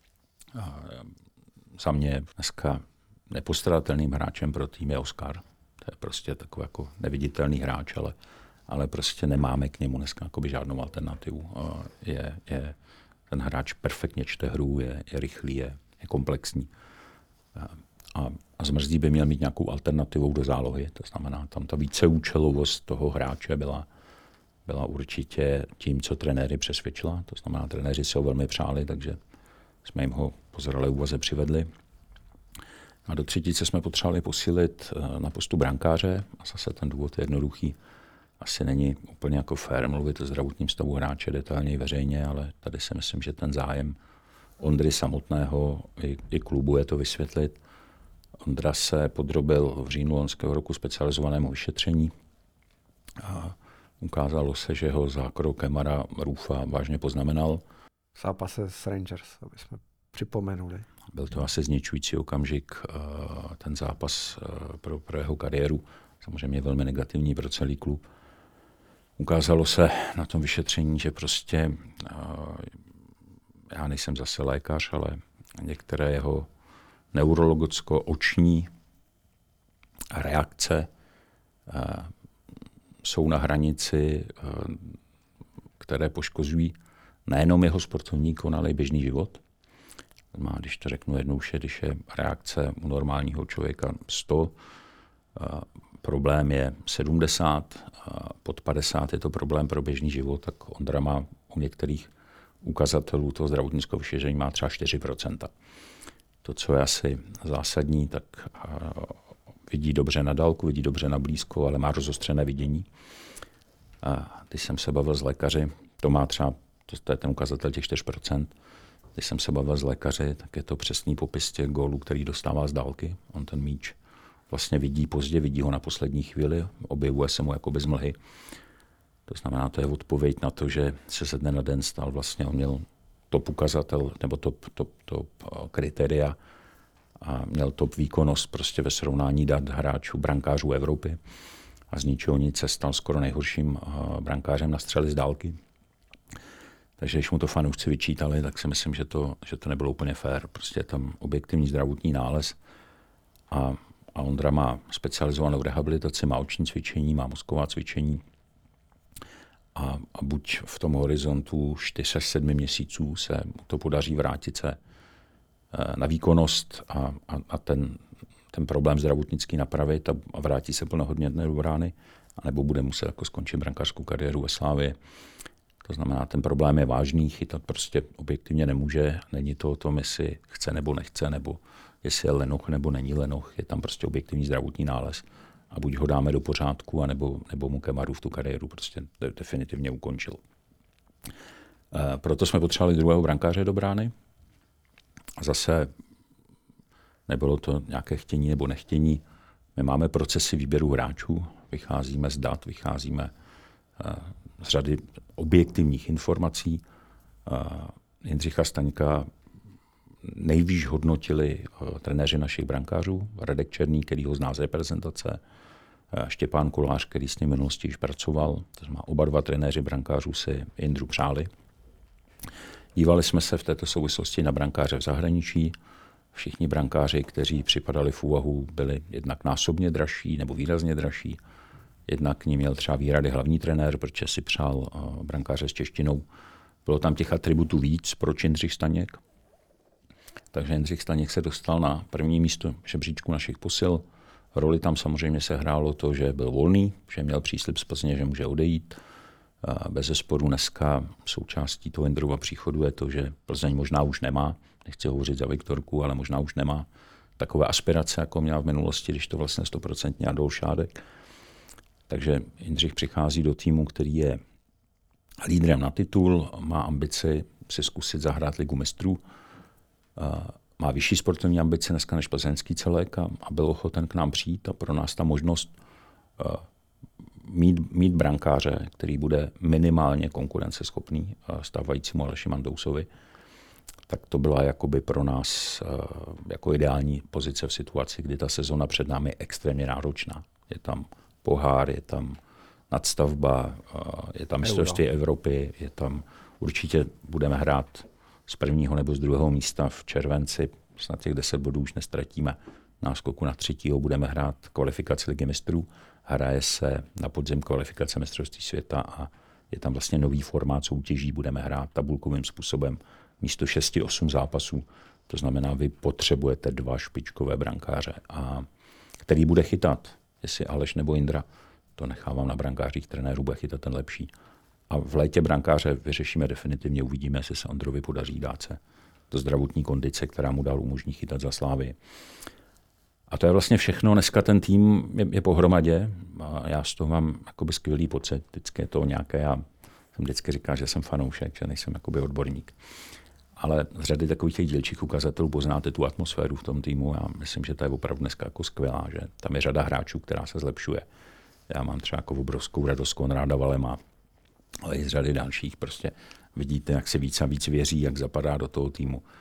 Za mě dneska nepostradatelným hráčem pro tým je Oskar. To je prostě takový jako neviditelný hráč, ale, ale prostě nemáme k němu dneska žádnou alternativu. Je, je, ten hráč perfektně čte hru, je, je rychlý, je, je komplexní. A, a Zmrzlý by měl mít nějakou alternativu do zálohy. To znamená, tam ta víceúčelovost toho hráče byla, byla určitě tím, co trenéry přesvědčila. To znamená, trenéři se ho velmi přáli, takže jsme jim ho po zralé úvaze přivedli. A do třetice jsme potřebovali posílit na postu brankáře. A zase ten důvod je jednoduchý. Asi není úplně jako fér mluvit o zdravotním stavu hráče detailně veřejně, ale tady si myslím, že ten zájem Ondry samotného i, i klubu je to vysvětlit. Ondra se podrobil v říjnu loňského roku specializovanému vyšetření. A ukázalo se, že ho zákrok Kemara Rufa vážně poznamenal. V zápase s Rangers, aby jsme připomenuli. Byl to asi zničující okamžik, ten zápas pro, pro jeho kariéru, samozřejmě velmi negativní pro celý klub. Ukázalo se na tom vyšetření, že prostě, já nejsem zase lékař, ale některé jeho neurologicko-oční reakce jsou na hranici, které poškozují nejenom jeho sportovní výkon, ale i běžný život. Když to řeknu jednoduše, když je reakce u normálního člověka sto, problém je sedmdesát, pod padesát je to problém pro běžný život, tak Ondra má u některých ukazatelů toho zdravotnického vyšetření má třeba čtyři procenta. To, co je asi zásadní, tak vidí dobře na dálku, vidí dobře na blízko, ale má rozostřené vidění. A když jsem se bavil s lékaři, to má třeba, to je ten ukazatel těch čtyři procenta, když jsem se bavil s lékaři, tak je to přesný popis těch gólů, který dostává z dálky. On ten míč vlastně vidí pozdě, vidí ho na poslední chvíli, objevuje se mu jakoby z mlhy. To znamená, to je odpověď na to, že se ze dne na den stal vlastně, on měl top ukazatel nebo top, top, top kritéria a měl top výkonnost prostě ve srovnání dat hráčů, brankářů Evropy a z ničeho nic se stal skoro nejhorším brankářem na střely z dálky. Takže když mu to fanoušci vyčítali, tak si myslím, že to, že to nebylo úplně fér. Prostě je tam objektivní zdravotní nález a, a Ondra má specializovanou rehabilitaci, má oční cvičení, má mozková cvičení a, a buď v tom horizontu čtyři až sedm měsíců se mu to podaří vrátit se na výkonnost a, a, a ten, ten problém zdravotnický napravit a, a vrátí se plnohodnotně do brány, anebo bude muset jako skončit brankářskou kariéru ve Slávii. To znamená, ten problém je vážný, chytat prostě objektivně nemůže, není to o tom, jestli chce nebo nechce, nebo jestli je lenoch nebo není lenoch, je tam prostě objektivní zdravotní nález a buď ho dáme do pořádku, anebo, nebo mu Kemarův tu kariéru prostě definitivně ukončil. E, proto jsme potřebovali druhého brankáře do brány a zase nebylo to nějaké chtění nebo nechtění. My máme procesy výběru hráčů, vycházíme z dat, vycházíme e, z řady objektivních informací. Jindřicha Staňka nejvíc hodnotili trenéři našich brankářů, Radek Černý, který ho zná z reprezentace, Štěpán Kolář, který s ním v minulosti již pracoval. To znamená, oba dva trenéři brankářů si Jindru přáli. Dívali jsme se v této souvislosti na brankáře v zahraničí. Všichni brankáři, kteří připadali v úvahu, byli jednak násobně dražší nebo výrazně dražší. Jednak k ní měl třeba výhrady hlavní trenér, protože si přál uh, brankáře s češtinou. Bylo tam těch atributů víc, proč Jindřich Staněk. Takže Jindřich Staněk se dostal na první místo žebříčku našich posil. Roli tam samozřejmě se hrálo to, že byl volný, že měl příslib z Plzně, že může odejít. Uh, bez zesporu dneska součástí toho Jindrova příchodu je to, že Plzeň možná už nemá, nechci hovořit za Viktorku, ale možná už nemá takové aspirace, jako měla v minulosti, když to vlastně stoprocentně Adolf Šádek. Takže Jindřich přichází do týmu, který je lídrem na titul, má ambici si zkusit zahrát Ligu mistrů, má vyšší sportovní ambice dneska než plzeňský celek a, a byl ochoten k nám přijít a pro nás ta možnost mít, mít brankáře, který bude minimálně konkurenceschopný stávajícímu Aleši Mandousovi, tak to byla jakoby pro nás jako ideální pozice v situaci, kdy ta sezona před námi je extrémně náročná. Je tam pohár, je tam nadstavba, je tam mistrovství Evropy, je tam určitě budeme hrát z prvního nebo z druhého místa v červenci, snad těch deset bodů už nestratíme. Náskoku na třetího budeme hrát kvalifikaci Ligy mistrů, hraje se na podzim kvalifikace mistrovství světa a je tam vlastně nový formát soutěží, budeme hrát tabulkovým způsobem místo šesti osm zápasů. To znamená, vy potřebujete dva špičkové brankáře, a který bude chytat. Jestli Aleš nebo Jindra, to nechávám na brankářích, trenérů bude chytat ten lepší. A v létě brankáře vyřešíme definitivně, uvidíme, jestli se Ondrovi podaří dát se do zdravotní kondice, která mu dál umožní chytat za Slávy. A to je vlastně všechno. Dneska ten tým je, je pohromadě a já z toho mám jakoby skvělý pocit. Vždycky je to nějaké, já jsem vždycky říkal, že jsem fanoušek, že nejsem jakoby odborník. Ale z řady takových těch dílčích ukazatelů poznáte tu atmosféru v tom týmu. Já myslím, že to je opravdu dneska jako skvělá, že tam je řada hráčů, která se zlepšuje. Já mám třeba jako obrovskou radost Konráda Valema, ale i z řady dalších. Prostě vidíte, jak se víc a víc věří, jak zapadá do toho týmu.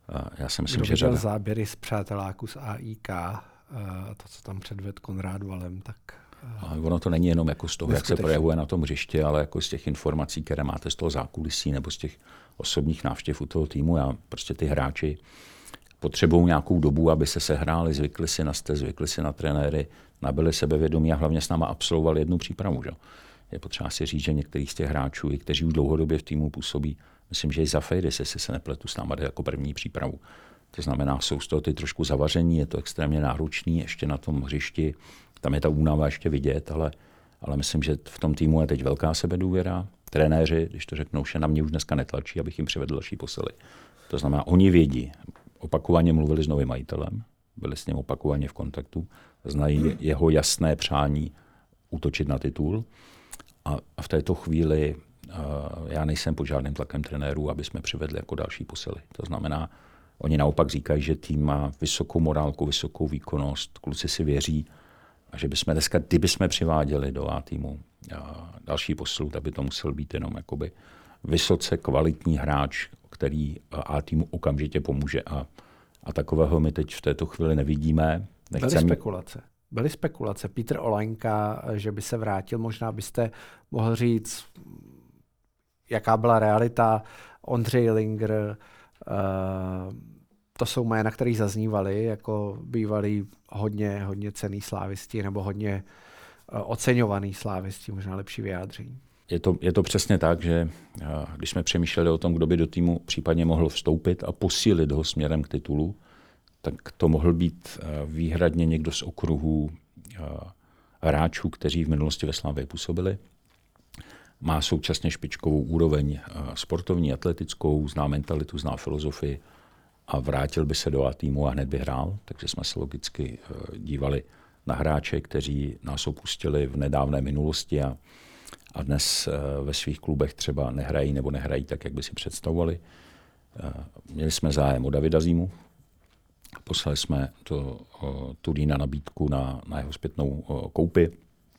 Já si myslím, Kdo že viděl řada... záběry z přáteláku z A I K, to, co tam předvedl Konrád Valem, tak... Ale ono to není jenom jako z toho, jak se projevuje na tom hřišti, ale jako z těch informací, které máte z toho zákulisí nebo z těch osobních návštěv u toho týmu. Já prostě ty hráči potřebují nějakou dobu, aby se sehráli, zvykli si na stez, zvykli si na trenéry, nabili sebevědomí a hlavně s náma absolvovali jednu přípravu. Že? Je potřeba si říct, že některých z těch hráčů, kteří už dlouhodobě v týmu působí, myslím, že i za Fejdis, jestli se nepletu, s náma jde jako první přípravu. To znamená, jsou z toho ty trošku zavaření, je to extrémně náročný, ještě na tom hřišti, tam je ta únava ještě vidět, ale, ale myslím, že v tom týmu je teď velká sebedůvěra. Trenéři, když to řeknou, že na mě už dneska netlačí, abych jim přivedl další posily. To znamená, oni vědí, opakovaně mluvili s novým majitelem, byli s ním opakovaně v kontaktu, znají jeho jasné přání útočit na titul a, a v této chvíli uh, já nejsem pod žádným tlakem trenérů, aby jsme přivedli jako další posily. To znamená, oni naopak říkají, že tým má vysokou morálku, vysokou výkonnost, kluci si věří a že bychom dneska, kdybychom přiváděli do A týmu uh, další posilu, tak by to musel být jenom jakoby vysoce kvalitní hráč, který A týmu okamžitě pomůže a, a takového my teď v této chvíli nevidíme. Nechcem... Byly spekulace. Byly spekulace. Petr Olaňka, že by se vrátil, možná byste mohl říct, jaká byla realita. Ondřej Linger, uh, to jsou jména, které zaznívaly jako bývalý hodně, hodně cenný slávisti nebo hodně uh, oceňovaný slávisti, možná lepší vyjádření. Je to, je to přesně tak, že když jsme přemýšleli o tom, kdo by do týmu případně mohl vstoupit a posílit ho směrem k titulu, tak to mohl být výhradně někdo z okruhů hráčů, kteří v minulosti ve Slavii působili. Má současně špičkovou úroveň sportovní, atletickou, zná mentalitu, zná filozofii a vrátil by se do A týmu a hned by hrál. Takže jsme se logicky dívali na hráče, kteří nás opustili v nedávné minulosti a a dnes ve svých klubech třeba nehrají nebo nehrají tak, jak by si představovali. Měli jsme zájem o Davida Zimu, poslali jsme to Turína nabídku na, na jeho zpětnou koupi.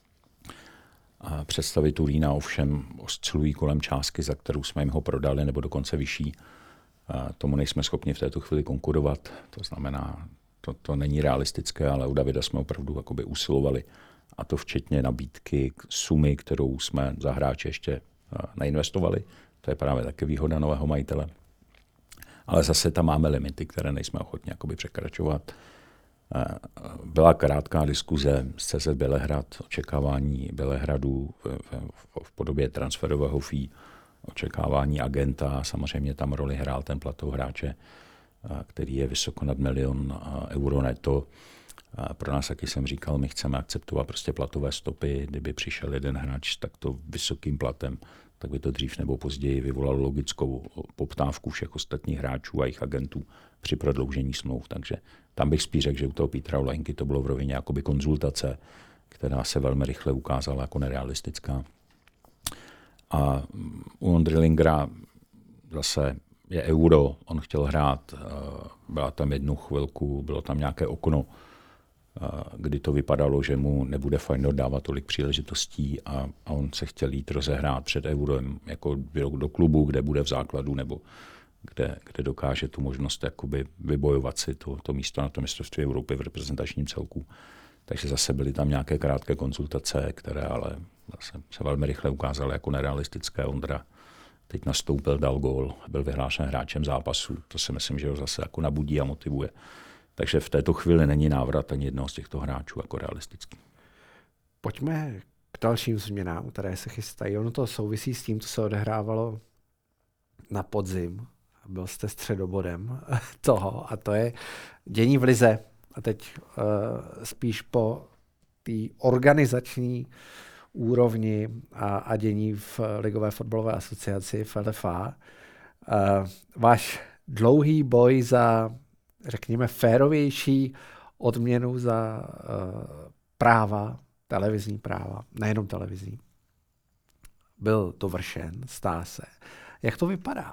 A představy Turína ovšem oscilují kolem částky, za kterou jsme jim ho prodali, nebo dokonce vyšší. A tomu nejsme schopni v této chvíli konkurovat, to znamená, to, to není realistické, ale u Davida jsme opravdu jakoby usilovali. A to včetně nabídky sumy, kterou jsme za hráče ještě neinvestovali. To je právě také výhoda nového majitele. Ale zase tam máme limity, které nejsme ochotni jakoby překračovat. Byla krátká diskuze s C Z Bělehrad, očekávání Bělehradu v, v, v podobě transferového fee, očekávání agenta. Samozřejmě tam roli hrál ten platov hráče, který je vysoko nad milion euro neto. A pro nás, jak jsem říkal, my chceme akceptovat prostě platové stopy. Kdyby přišel jeden hráč s takto vysokým platem, tak by to dřív nebo později vyvolalo logickou poptávku všech ostatních hráčů a jejich agentů při prodloužení smlouv. Takže tam bych spíš řekl, že u toho Petra Olaňky to bylo v rovině jakoby konzultace, která se velmi rychle ukázala jako nerealistická. A u Ondry Lingera zase je euro, on chtěl hrát, byla tam jednu chvilku, bylo tam nějaké okno, kdy to vypadalo, že mu nebude Feyenoord dávat tolik příležitostí a, a on se chtěl jít rozehrát před eurem jako do, do klubu, kde bude v základu nebo kde, kde dokáže tu možnost jakoby vybojovat si to, to místo na to mistrovství Evropy v reprezentačním celku. Takže zase byly tam nějaké krátké konzultace, které ale zase se velmi rychle ukázaly jako nerealistické. Ondra teď nastoupil, dal gól, byl vyhlášen hráčem zápasu. To si myslím, že ho zase jako nabudí a motivuje. Takže v této chvíli není návrat ani jednoho z těchto hráčů jako realistický. Pojďme k dalším změnám, které se chystají. Ono to souvisí s tím, co se odehrávalo na podzim. Byl jste středobodem toho a to je dění v lize. A teď uh, spíš po té organizační úrovni a, a dění v Ligové fotbalové asociaci F L F A. Uh, váš dlouhý boj za, řekněme, férovější odměnu za uh, práva, televizní práva, nejenom televizní, byl dovršen, stá se. Jak to vypadá?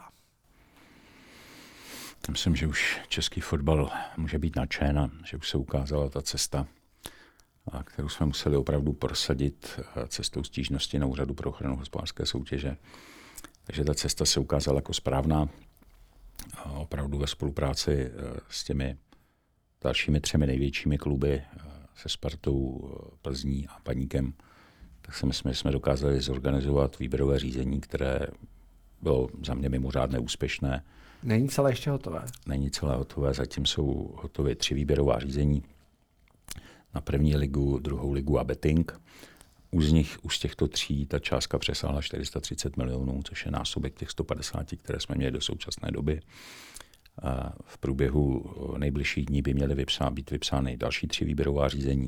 Myslím, že už český fotbal může být nadšen a že už se ukázala ta cesta, kterou jsme museli opravdu prosadit cestou stížnosti na Úřadu pro ochranu hospodářské soutěže. Takže ta cesta se ukázala jako správná. opravdu ve spolupráci s těmi dalšími třemi největšími kluby, se Spartou, Plzní a Baníkem, tak si myslím, že jsme dokázali zorganizovat výběrové řízení, které bylo za mě mimořádně úspěšné. Není celé ještě hotové? Není celé hotové, zatím jsou hotové tři výběrová řízení na první ligu, druhou ligu a betting. Už z nich, už z těchto tří, ta částka přesáhla čtyři sta třicet milionů, což je násobek těch sto padesát, které jsme měli do současné doby. A v průběhu nejbližších dní by měly vypsá, být vypsány další tři výběrová řízení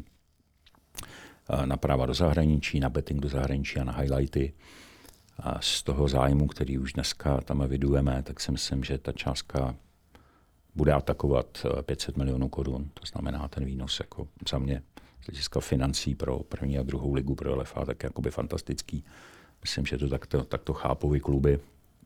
na práva do zahraničí, na betting do zahraničí a na highlighty. A z toho zájmu, který už dneska tam evidujeme, tak si myslím, že ta částka bude atakovat pět set milionů korun. To znamená ten výnos jako za mě z hlediska financí pro první a druhou ligu pro L F A tak jakoby fantastický. Myslím, že to takto, takto chápou i kluby.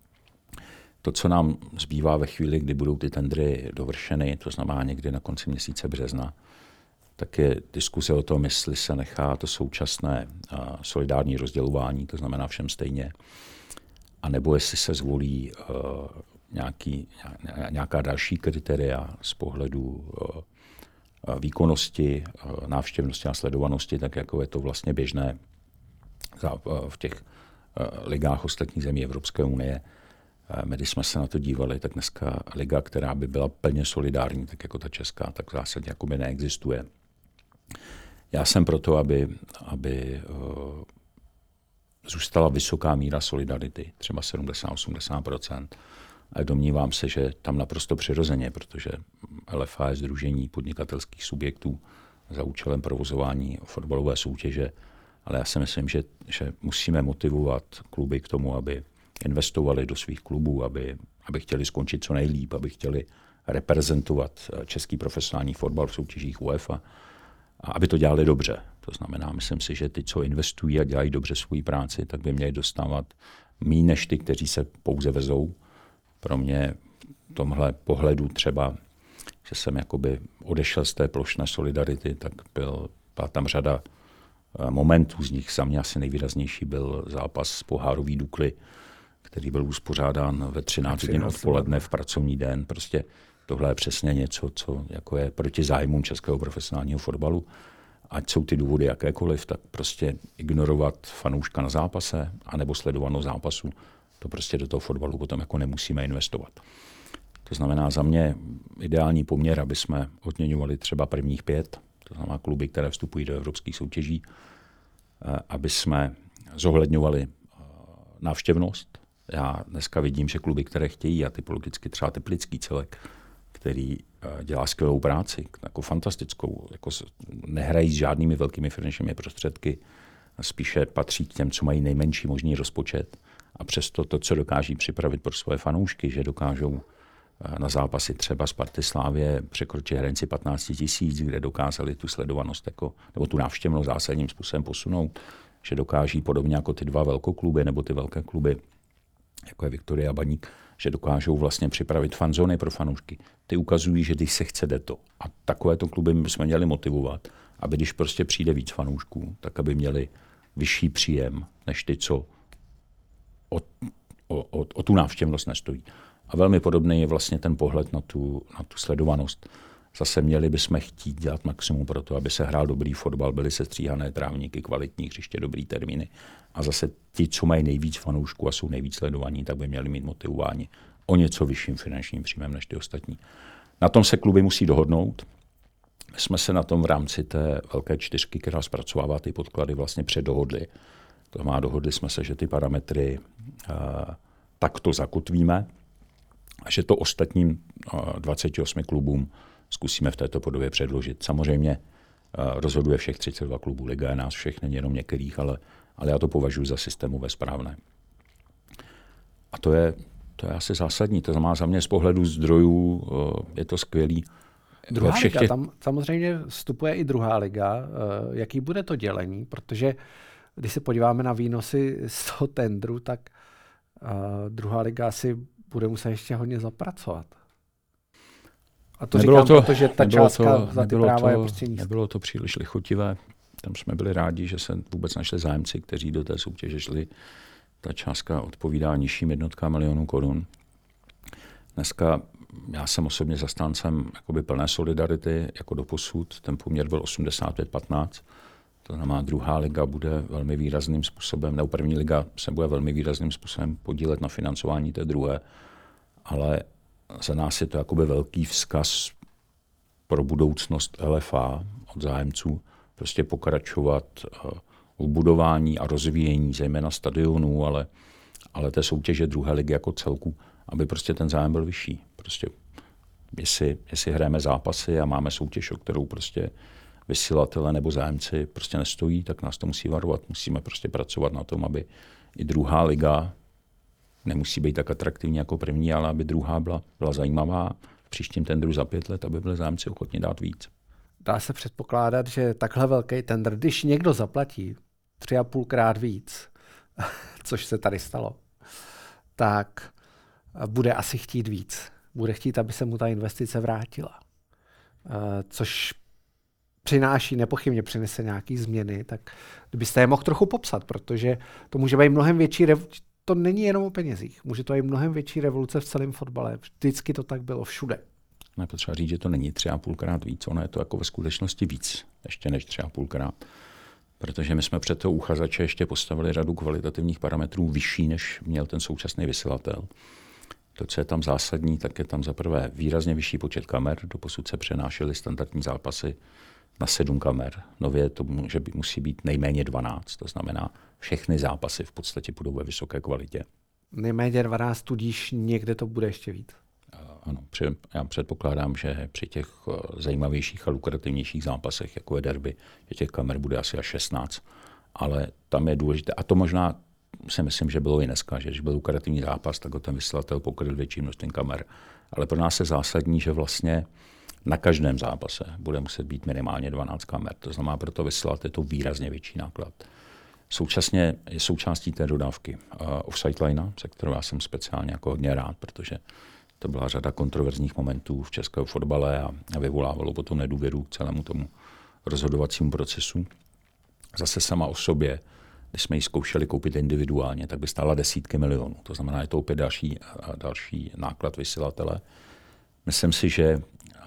To, co nám zbývá ve chvíli, kdy budou ty tendry dovršeny, to znamená někdy na konci měsíce března, tak je diskuse o tom, jestli se nechá to současné uh, solidární rozdělování, to znamená všem stejně, anebo jestli se zvolí uh, nějaký, nějaká další kritéria z pohledu uh, výkonnosti, uh, návštěvnosti a sledovanosti, tak jako je to vlastně běžné za, uh, v těch uh, ligách ostatních zemí Evropské unie. My, když jsme se na to dívali, tak dneska liga, která by byla plně solidární, tak jako ta česká, tak v zásadě jakoby neexistuje. Já jsem proto, aby, aby uh, zůstala vysoká míra solidarity, třeba sedmdesát až osmdesát procent. A domnívám se, že tam naprosto přirozeně, protože L F A je sdružení podnikatelských subjektů za účelem provozování fotbalové soutěže, ale já si myslím, že, že musíme motivovat kluby k tomu, aby investovali do svých klubů, aby, aby chtěli skončit co nejlíp, aby chtěli reprezentovat český profesionální fotbal v soutěžích UEFA a aby to dělali dobře. To znamená, myslím si, že ty, co investují a dělají dobře svou práci, tak by měli dostávat méně než ty, kteří se pouze vezou. Pro mě v tomhle pohledu třeba, že jsem jakoby odešel z té plošné solidarity, tak byl, byla tam řada momentů, z nich za mě asi nejvýraznější byl zápas pohárový Dukly, který byl uspořádán ve třináct hodin odpoledne v pracovní den. Prostě tohle je přesně něco, co jako je proti zájmům českého profesionálního fotbalu. Ať jsou ty důvody jakékoliv, tak prostě ignorovat fanouška na zápase anebo sledovanost zápasu, to prostě do toho fotbalu potom jako nemusíme investovat. To znamená za mě ideální poměr, aby jsme odměňovali třeba prvních pět, to znamená kluby, které vstupují do evropských soutěží, aby jsme zohledňovali návštěvnost. Já dneska vidím, že kluby, které chtějí, a typologicky třeba Teplický celek, který dělá skvělou práci, jako fantastickou, jako nehrají s žádnými velkými finančními prostředky, spíše patří k těm, co mají nejmenší možný rozpočet. A přesto to, co dokáží připravit pro svoje fanoušky, že dokážou na zápasy třeba Sparty Slávie překročit hranici patnáct tisíc, kde dokázali tu sledovanost jako, nebo tu návštěvnost zásadním způsobem posunout, že dokáží podobně jako ty dva velkokluby nebo ty velké kluby, jako je Viktoria a Baník, že dokážou vlastně připravit fanzóny pro fanoušky. Ty ukazují, že když se chce, jde to. A takovéto kluby bychom měli motivovat, aby když prostě přijde víc fanoušků, tak aby měli vyšší příjem, než ty, co o, o, o, o tu návštěvnost nestojí. A velmi podobný je vlastně ten pohled na tu, na tu sledovanost. Zase měli bychom chtít dělat maximum pro to, aby se hrál dobrý fotbal, byly sestříhané trávníky, kvalitní hřiště, dobrý termíny. A zase ti, co mají nejvíc fanoušků a jsou nejvíc sledovaní, tak by měli mít motivováni o něco vyšším finančním příjmem než ty ostatní. Na tom se kluby musí dohodnout. My jsme se na tom v rámci té velké čtyřky, která zpracovává ty podklady, vlastně předdohodli. To má dohodli jsme se, že ty parametry uh, takto zakotvíme a že to ostatním uh, dvaceti osmi klubům zkusíme v této podobě předložit. Samozřejmě uh, rozhoduje všech třicet dva klubů. Liga je nás všech, není jenom některých, ale, ale já to považuji za systémové správné. A to je, to je asi zásadní. To znamená za mě z pohledu zdrojů uh, je to skvělý. Druhá liga, těch... tam samozřejmě vstupuje i druhá liga. Uh, jaký bude to dělení? Protože když se podíváme na výnosy z toho tendru, tak uh, druhá liga asi bude muset ještě hodně zapracovat. A to nebylo říkám, to, protože ta částka to, za ty práva to, je prostě nízká. Nebylo to příliš lichotivé. Tam jsme byli rádi, že se vůbec našli zájemci, kteří do té soutěže šli. Ta částka odpovídá nižším jednotkám milionů korun. Dneska já jsem osobně zastáncem jakoby plné solidarity, jako doposud. Ten poměr byl osmdesát pět patnáct. To znamená, druhá liga bude velmi výrazným způsobem, nebo první liga se bude velmi výrazným způsobem podílet na financování té druhé, ale za nás je to jakoby velký vzkaz pro budoucnost L F A od zájemců, prostě pokračovat v budování a rozvíjení zejména stadionů, ale, ale té soutěže druhé ligy jako celku, aby prostě ten zájem byl vyšší. Prostě jestli, jestli hrajeme zápasy a máme soutěž, o kterou prostě vysílatele nebo zájemci prostě nestojí, tak nás to musí varovat. Musíme prostě pracovat na tom, aby i druhá liga nemusí být tak atraktivní jako první, ale aby druhá byla, byla zajímavá v příštím tendru za pět let, aby byli zájemci ochotni dát víc. Dá se předpokládat, že takhle velký tendr, když někdo zaplatí tři a půlkrát víc, což se tady stalo, tak bude asi chtít víc. Bude chtít, aby se mu ta investice vrátila. Což přináší, nepochybně přinese nějaký změny, tak kdybyste je mohl trochu popsat, protože to může být mnohem větší, rev... to není jenom o penězích, může to být mnohem větší revoluce v celém fotbale. Vždycky to tak bylo všude. Je potřeba říct, že to není tři a půlkrát víc, ono je to jako ve skutečnosti víc, ještě než tři a půlkrát. Protože my jsme před toho uchazeče ještě postavili řadu kvalitativních parametrů vyšší, než měl ten současný vysílatel. To, co je tam zásadní, tak je tam za prvé výrazně vyšší počet kamer. Doposud se přenášely standardní zápasy na sedm kamer. Nově to může být, musí být nejméně dvanáct. To znamená, všechny zápasy v podstatě budou ve vysoké kvalitě. Nejméně dvanáct, tudíž někde to bude ještě víc. Ano, při, já předpokládám, že při těch zajímavějších a lukrativnějších zápasech, jako je derby, že těch kamer bude asi až šestnáct. Ale tam je důležité, a to možná si myslím, že bylo i dneska, že když byl lukrativní zápas, tak ho ten vysílatel pokryl větším množstvím kamer. Ale pro nás je zásadní, že vlastně na každém zápase bude muset být minimálně dvanáct kamer. To znamená, pro to vysílat je to výrazně větší náklad. Současně je součástí té dodávky uh, offside line, se kterou já jsem speciálně jako hodně rád, protože to byla řada kontroverzních momentů v českém fotbale a, a vyvolávalo potom nedůvěru k celému tomu rozhodovacímu procesu. Zase sama o sobě, když jsme ji zkoušeli koupit individuálně, tak by stála desítky milionů. To znamená, je to opět další, další náklad vysílatele. Myslím si, že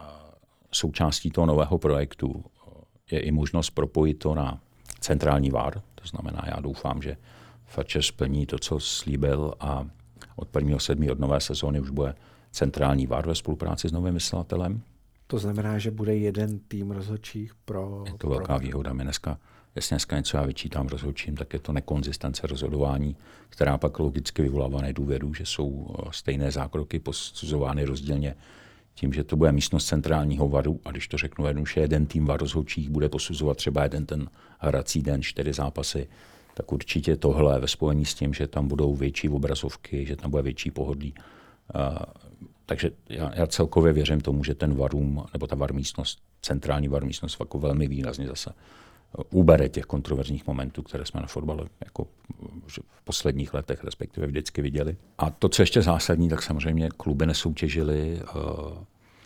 součástí toho nového projektu je i možnost propojit to na centrální V A R. To znamená, já doufám, že Fatcher splní to, co slíbil a od prvního sedmého od nové sezóny už bude centrální V A R ve spolupráci s novým vysílatelem. To znamená, že bude jeden tým rozhodčích pro... Je to velká výhoda. My dneska, jestli dneska něco já vyčítám rozhodčím, tak je to nekonzistence rozhodování, která pak logicky vyvolává nedůvěru, že jsou stejné zákroky posuzovány rozdílně tím, že to bude místnost centrálního varu a když to řeknu jednoduše, jeden tým V A R rozhodčích bude posuzovat třeba jeden ten hrací den, čtyři zápasy, tak určitě tohle ve spojení s tím, že tam budou větší obrazovky, že tam bude větší pohodlí. Uh, takže já, já celkově věřím tomu, že ten varům, nebo ta V A R místnost, centrální V A R místnost jako velmi výrazně zase ubere těch kontroverzních momentů, které jsme na fotbale jako v posledních letech respektive vždycky viděli. A to, co ještě zásadní, tak samozřejmě kluby nesoutěžily. Uh, uh,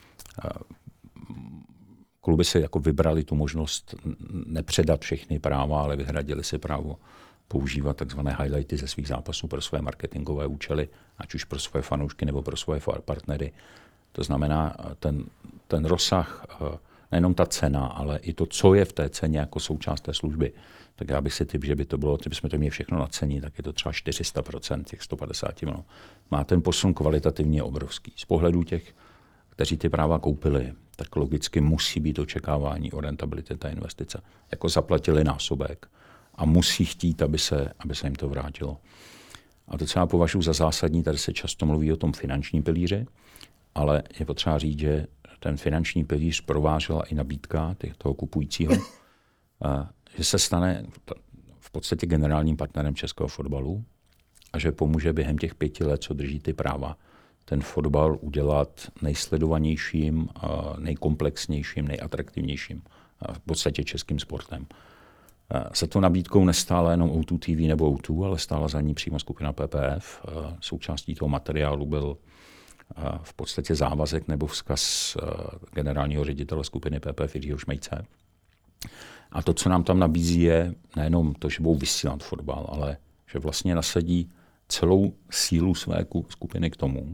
kluby si jako vybrali tu možnost nepředat všechny práva, ale vyhradili si právo používat takzvané highlighty ze svých zápasů pro své marketingové účely, ať už pro svoje fanoušky nebo pro svoje partnery. To znamená, ten, ten rozsah, nejenom ta cena, ale i to, co je v té ceně jako součást té služby. Tak já bych si typ, že by to bylo, kdybychom to měli všechno na cení, tak je to třeba čtyři sta procent těch sto padesát milionů. Má ten posun kvalitativně obrovský. Z pohledu těch, kteří ty práva koupili, tak logicky musí být očekávání o rentabilitě té investice. Jako zaplatili násobek a musí chtít, aby se, aby se jim to vrátilo. A to, co já považuji za zásadní, tady se často mluví o tom finančním pilíři, ale je potřeba říct, že ten finanční pilíř provážela i nabídka těch, toho kupujícího, že se stane v podstatě generálním partnerem českého fotbalu a že pomůže během těch pěti let, co drží ty práva, ten fotbal udělat nejsledovanějším, nejkomplexnějším, nejatraktivnějším v podstatě českým sportem. Za to nabídkou nestála jenom O dva T V nebo O dva, ale stála za ní přímo skupina P P F. Součástí toho materiálu byl v podstatě závazek nebo vzkaz generálního ředitele skupiny P P F Jiřího Šmejce. A to, co nám tam nabízí, je nejenom to, že budou vysílat fotbal, ale že vlastně nasadí celou sílu své skupiny k tomu,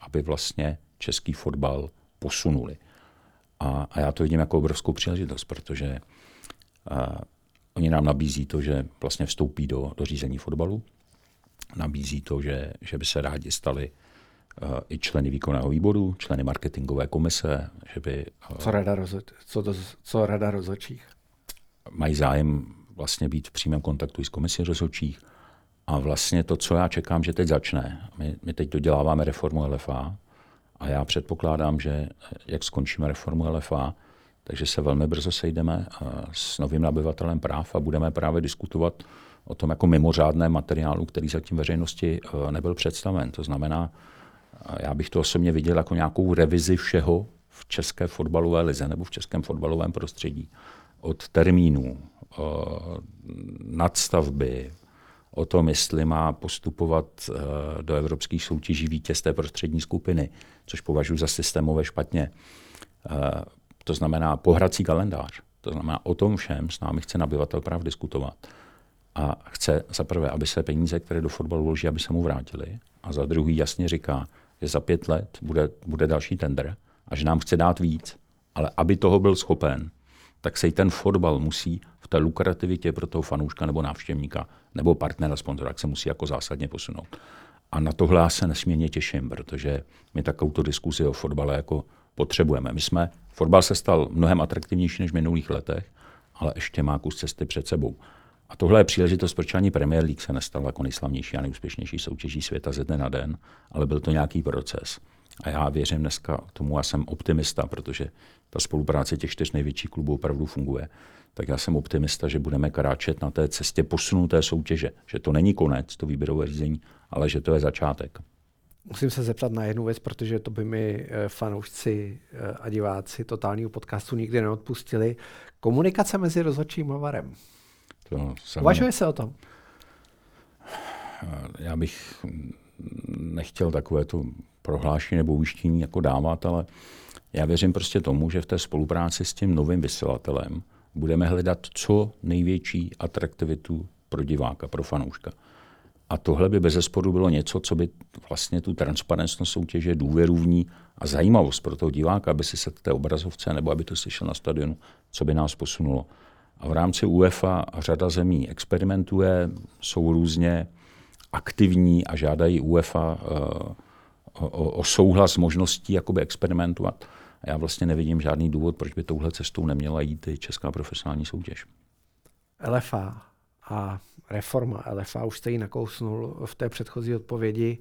aby vlastně český fotbal posunuli. A, a já to vidím jako obrovskou příležitost, protože a, oni nám nabízí to, že vlastně vstoupí do, do řízení fotbalu, nabízí to, že, že by se rádi stali uh, i členy výkonného výboru, členy marketingové komise, že by... Uh, co rada, rozho- co to, co rada rozhodčích? Mají zájem vlastně být v přímém kontaktu i s komisí rozhodčích. A vlastně to, co já čekám, že teď začne. My, my teď doděláváme reformu L F A a já předpokládám, že jak skončíme reformu L F A, takže se velmi brzo sejdeme s novým nabyvatelem práv a budeme právě diskutovat o tom jako mimořádném materiálu, který zatím veřejnosti nebyl představen. To znamená, já bych to osobně viděl jako nějakou revizi všeho v české fotbalové lize nebo v českém fotbalovém prostředí. Od termínů, nadstavby, o tom, jestli má postupovat do evropských soutěží vítěz té prostřední skupiny, což považuji za systémové špatně. To znamená pohrací kalendář. To znamená o tom všem s námi chce nabyvatel práv diskutovat. A chce za prvé, aby se peníze, které do fotbalu vloží, aby se mu vrátily. A za druhý jasně říká, že za pět let bude, bude další tender a že nám chce dát víc. Ale aby toho byl schopen, tak se i ten fotbal musí v té lukrativitě pro toho fanouška nebo návštěvníka nebo partnera, sponzora, se musí jako zásadně posunout. A na tohle já se nesmírně těším, protože my takovouto diskuzi o fotbale jako potřebujeme. My jsme, fotbal se stal mnohem atraktivnější než v minulých letech, ale ještě má kus cesty před sebou. A tohle je příležitost, proč ani Premier League se nestal jako nejslavnější a nejúspěšnější soutěží světa ze dne na den, ale byl to nějaký proces. A já věřím dneska tomu, já jsem optimista, protože ta spolupráce těch čtyř největších klubů opravdu funguje. Tak já jsem optimista, že budeme kráčet na té cestě posunuté soutěže. Že to není konec, to výběrové řízení, ale že to je začátek. Musím se zeptat na jednu věc, protože to by mi fanoušci a diváci totálního podcastu nikdy neodpustili. Komunikace mezi rozhodčím a varem. Uvažuje se o tom? Já bych nechtěl takové to prohlášení nebo ujištění jako dávat, ale já věřím prostě tomu, že v té spolupráci s tím novým vysílatelem budeme hledat co největší atraktivitu pro diváka, pro fanouška. A tohle by bezesporu bylo něco, co by vlastně tu transparentnost soutěže, důvěru v ní a zajímavost pro toho diváka, aby si se v té obrazovce nebo aby to slyšel na stadionu, co by nás posunulo. A v rámci UEFA řada zemí experimentuje, jsou různě aktivní a žádají UEFA o, o, o souhlas možností jakoby experimentovat. A já vlastně nevidím žádný důvod, proč by touhle cestou neměla jít i česká profesionální soutěž. L F A a reforma L F A, už jste ji nakousnul v té předchozí odpovědi.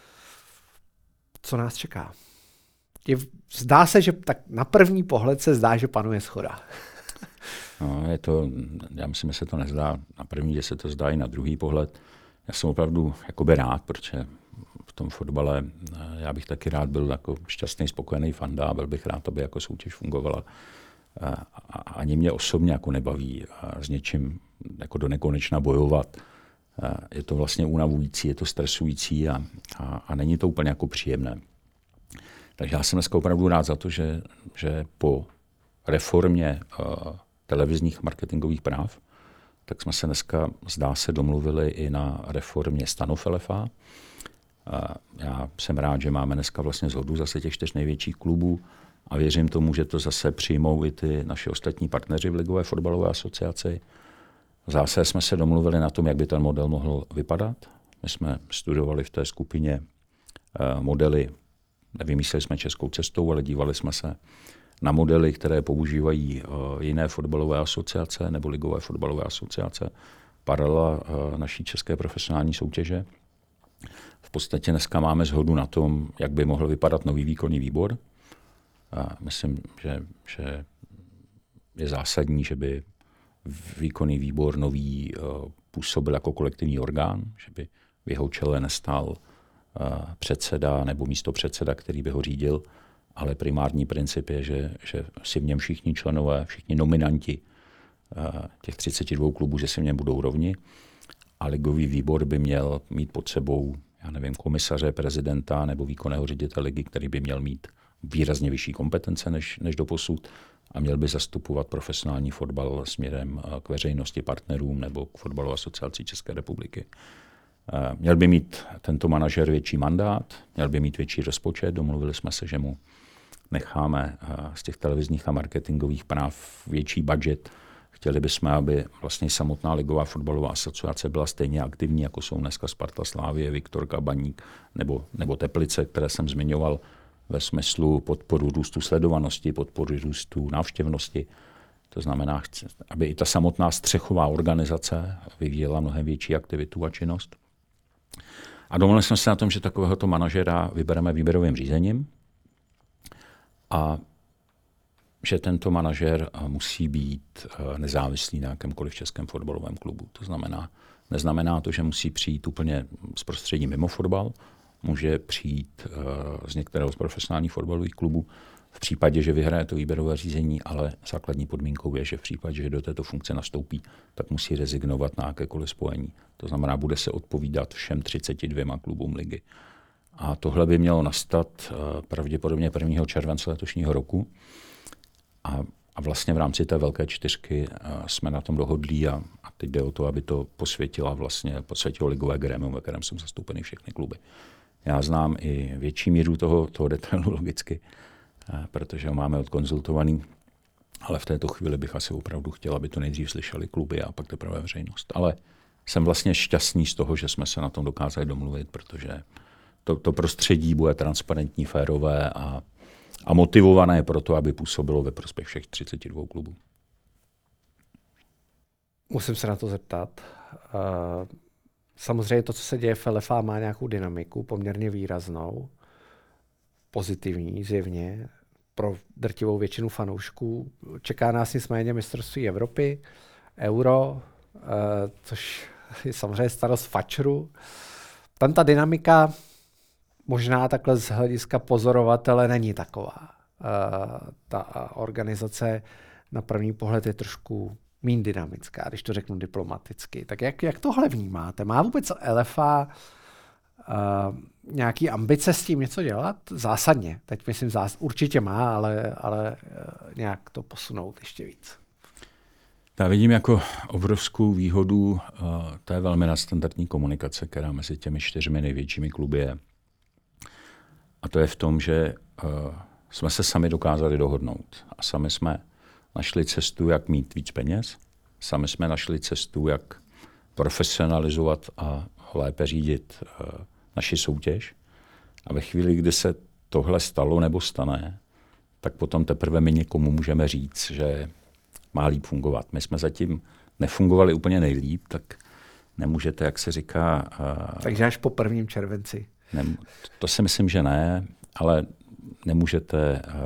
Co nás čeká? Je, zdá se, že tak na první pohled se zdá, že panuje shoda. No, je to, já myslím, že se to nezdá na první, že se to zdá i na druhý pohled. Já jsem opravdu jakoby rád, protože v tom fotbale já bych taky rád byl jako šťastný, spokojený fanda a byl bych rád, aby jako soutěž fungovala. A, a ani mě osobně jako nebaví a s něčím jako do nekonečna bojovat. A je to vlastně unavující, je to stresující a, a, a není to úplně jako příjemné. Takže já jsem dneska opravdu rád za to, že, že po reformě uh, televizních marketingových práv, tak jsme se dneska, zdá se, domluvili i na reformě stanov L F A. A já jsem rád, že máme dneska vlastně shodu zase těch čtyř největších klubů a věřím tomu, že to zase přijmou i ty naši ostatní partneři v Ligové fotbalové asociaci. Zase jsme se domluvili na tom, jak by ten model mohl vypadat. My jsme studovali v té skupině uh, modely, nevymysleli jsme českou cestou, ale dívali jsme se na modely, které používají uh, jiné fotbalové asociace nebo ligové fotbalové asociace, paralela uh, naší české profesionální soutěže. V podstatě dneska máme shodu na tom, jak by mohl vypadat nový výkonný výbor. A myslím, že, že je zásadní, že by výkonný výbor nový uh, působil jako kolektivní orgán, že by v jeho čele nestál uh, předseda nebo místopředseda, který by ho řídil, ale primární princip je, že, že si v něm všichni členové, všichni nominanti uh, těch třicet dva klubů, že si v něm budou rovni. A ligový výbor by měl mít pod sebou, já nevím, komisaře, prezidenta nebo výkonného ředitele ligy, který by měl mít výrazně vyšší kompetence než, než doposud a měl by zastupovat profesionální fotbal směrem k veřejnosti, partnerům nebo k fotbalové asociaci České republiky. Měl by mít tento manažer větší mandát, měl by mít větší rozpočet, domluvili jsme se, že mu necháme z těch televizních a marketingových práv větší budget. Chtěli bychom, aby vlastně samotná ligová fotbalová asociace byla stejně aktivní, jako jsou dneska Sparta, Slávie, Viktorka, Baník nebo, nebo Teplice, které jsem zmiňoval ve smyslu podporu růstu sledovanosti, podporu růstu návštěvnosti. To znamená, aby i ta samotná střechová organizace vyvíjela mnohem větší aktivitu a činnost. A domluvili jsme se na tom, že takovéhoto manažera vybereme výběrovým řízením a že tento manažer musí být nezávislý na jakémkoliv českém fotbalovém klubu. To znamená, neznamená to, že musí přijít úplně z prostředí mimo fotbal, může přijít z některého z profesionálních fotbalových klubů v případě, že vyhraje to výběrové řízení, ale základní podmínkou je, že v případě, že do této funkce nastoupí, tak musí rezignovat na jakékoliv spojení. To znamená, bude se odpovídat všem třiceti dvěma klubům ligy. A tohle by mělo nastat pravděpodobně prvního července letošního roku. A, a vlastně v rámci té velké čtyřky jsme na tom dohodlí a, a teď jde o to, aby to posvětila vlastně, posvětilo ligové grémium, ve kterém jsou zastoupeny všechny kluby. Já znám i větší míru toho, toho detailu logicky, protože ho máme odkonzultovaný, ale v této chvíli bych asi opravdu chtěl, aby to nejdřív slyšeli kluby a pak teprve veřejnost. Ale jsem vlastně šťastný z toho, že jsme se na tom dokázali domluvit, protože to, to prostředí bude transparentní, férové a, a motivované pro to, aby působilo ve prospěch všech třiceti dvou klubů. Musím se na to zeptat. Samozřejmě to, co se děje v L F A, má nějakou dynamiku, poměrně výraznou, pozitivní zjevně, pro drtivou většinu fanoušků. Čeká nás nicméně mistrovství Evropy, Euro, což je samozřejmě starost fačru. Tam ta dynamika možná takhle z hlediska pozorovatele není taková. Ta organizace na první pohled je trošku méně dynamická, když to řeknu diplomaticky. Tak jak, jak tohle vnímáte? Má vůbec L F A uh, nějaký ambice s tím něco dělat? Zásadně. Teď myslím, zás, určitě má, ale, ale uh, nějak to posunout ještě víc. Já vidím jako obrovskou výhodu uh, té velmi nadstandardní komunikace, která mezi těmi čtyřmi největšími kluby je. A to je v tom, že uh, jsme se sami dokázali dohodnout. A sami jsme našli cestu, jak mít víc peněz. Sami jsme našli cestu, jak profesionalizovat a lépe řídit uh, naši soutěž. A ve chvíli, kdy se tohle stalo nebo stane, tak potom teprve my někomu můžeme říct, že má líp fungovat. My jsme zatím nefungovali úplně nejlíp, tak nemůžete, jak se říká... Uh, Takže až po prvním červenci. Ne, to si myslím, že ne, ale nemůžete uh,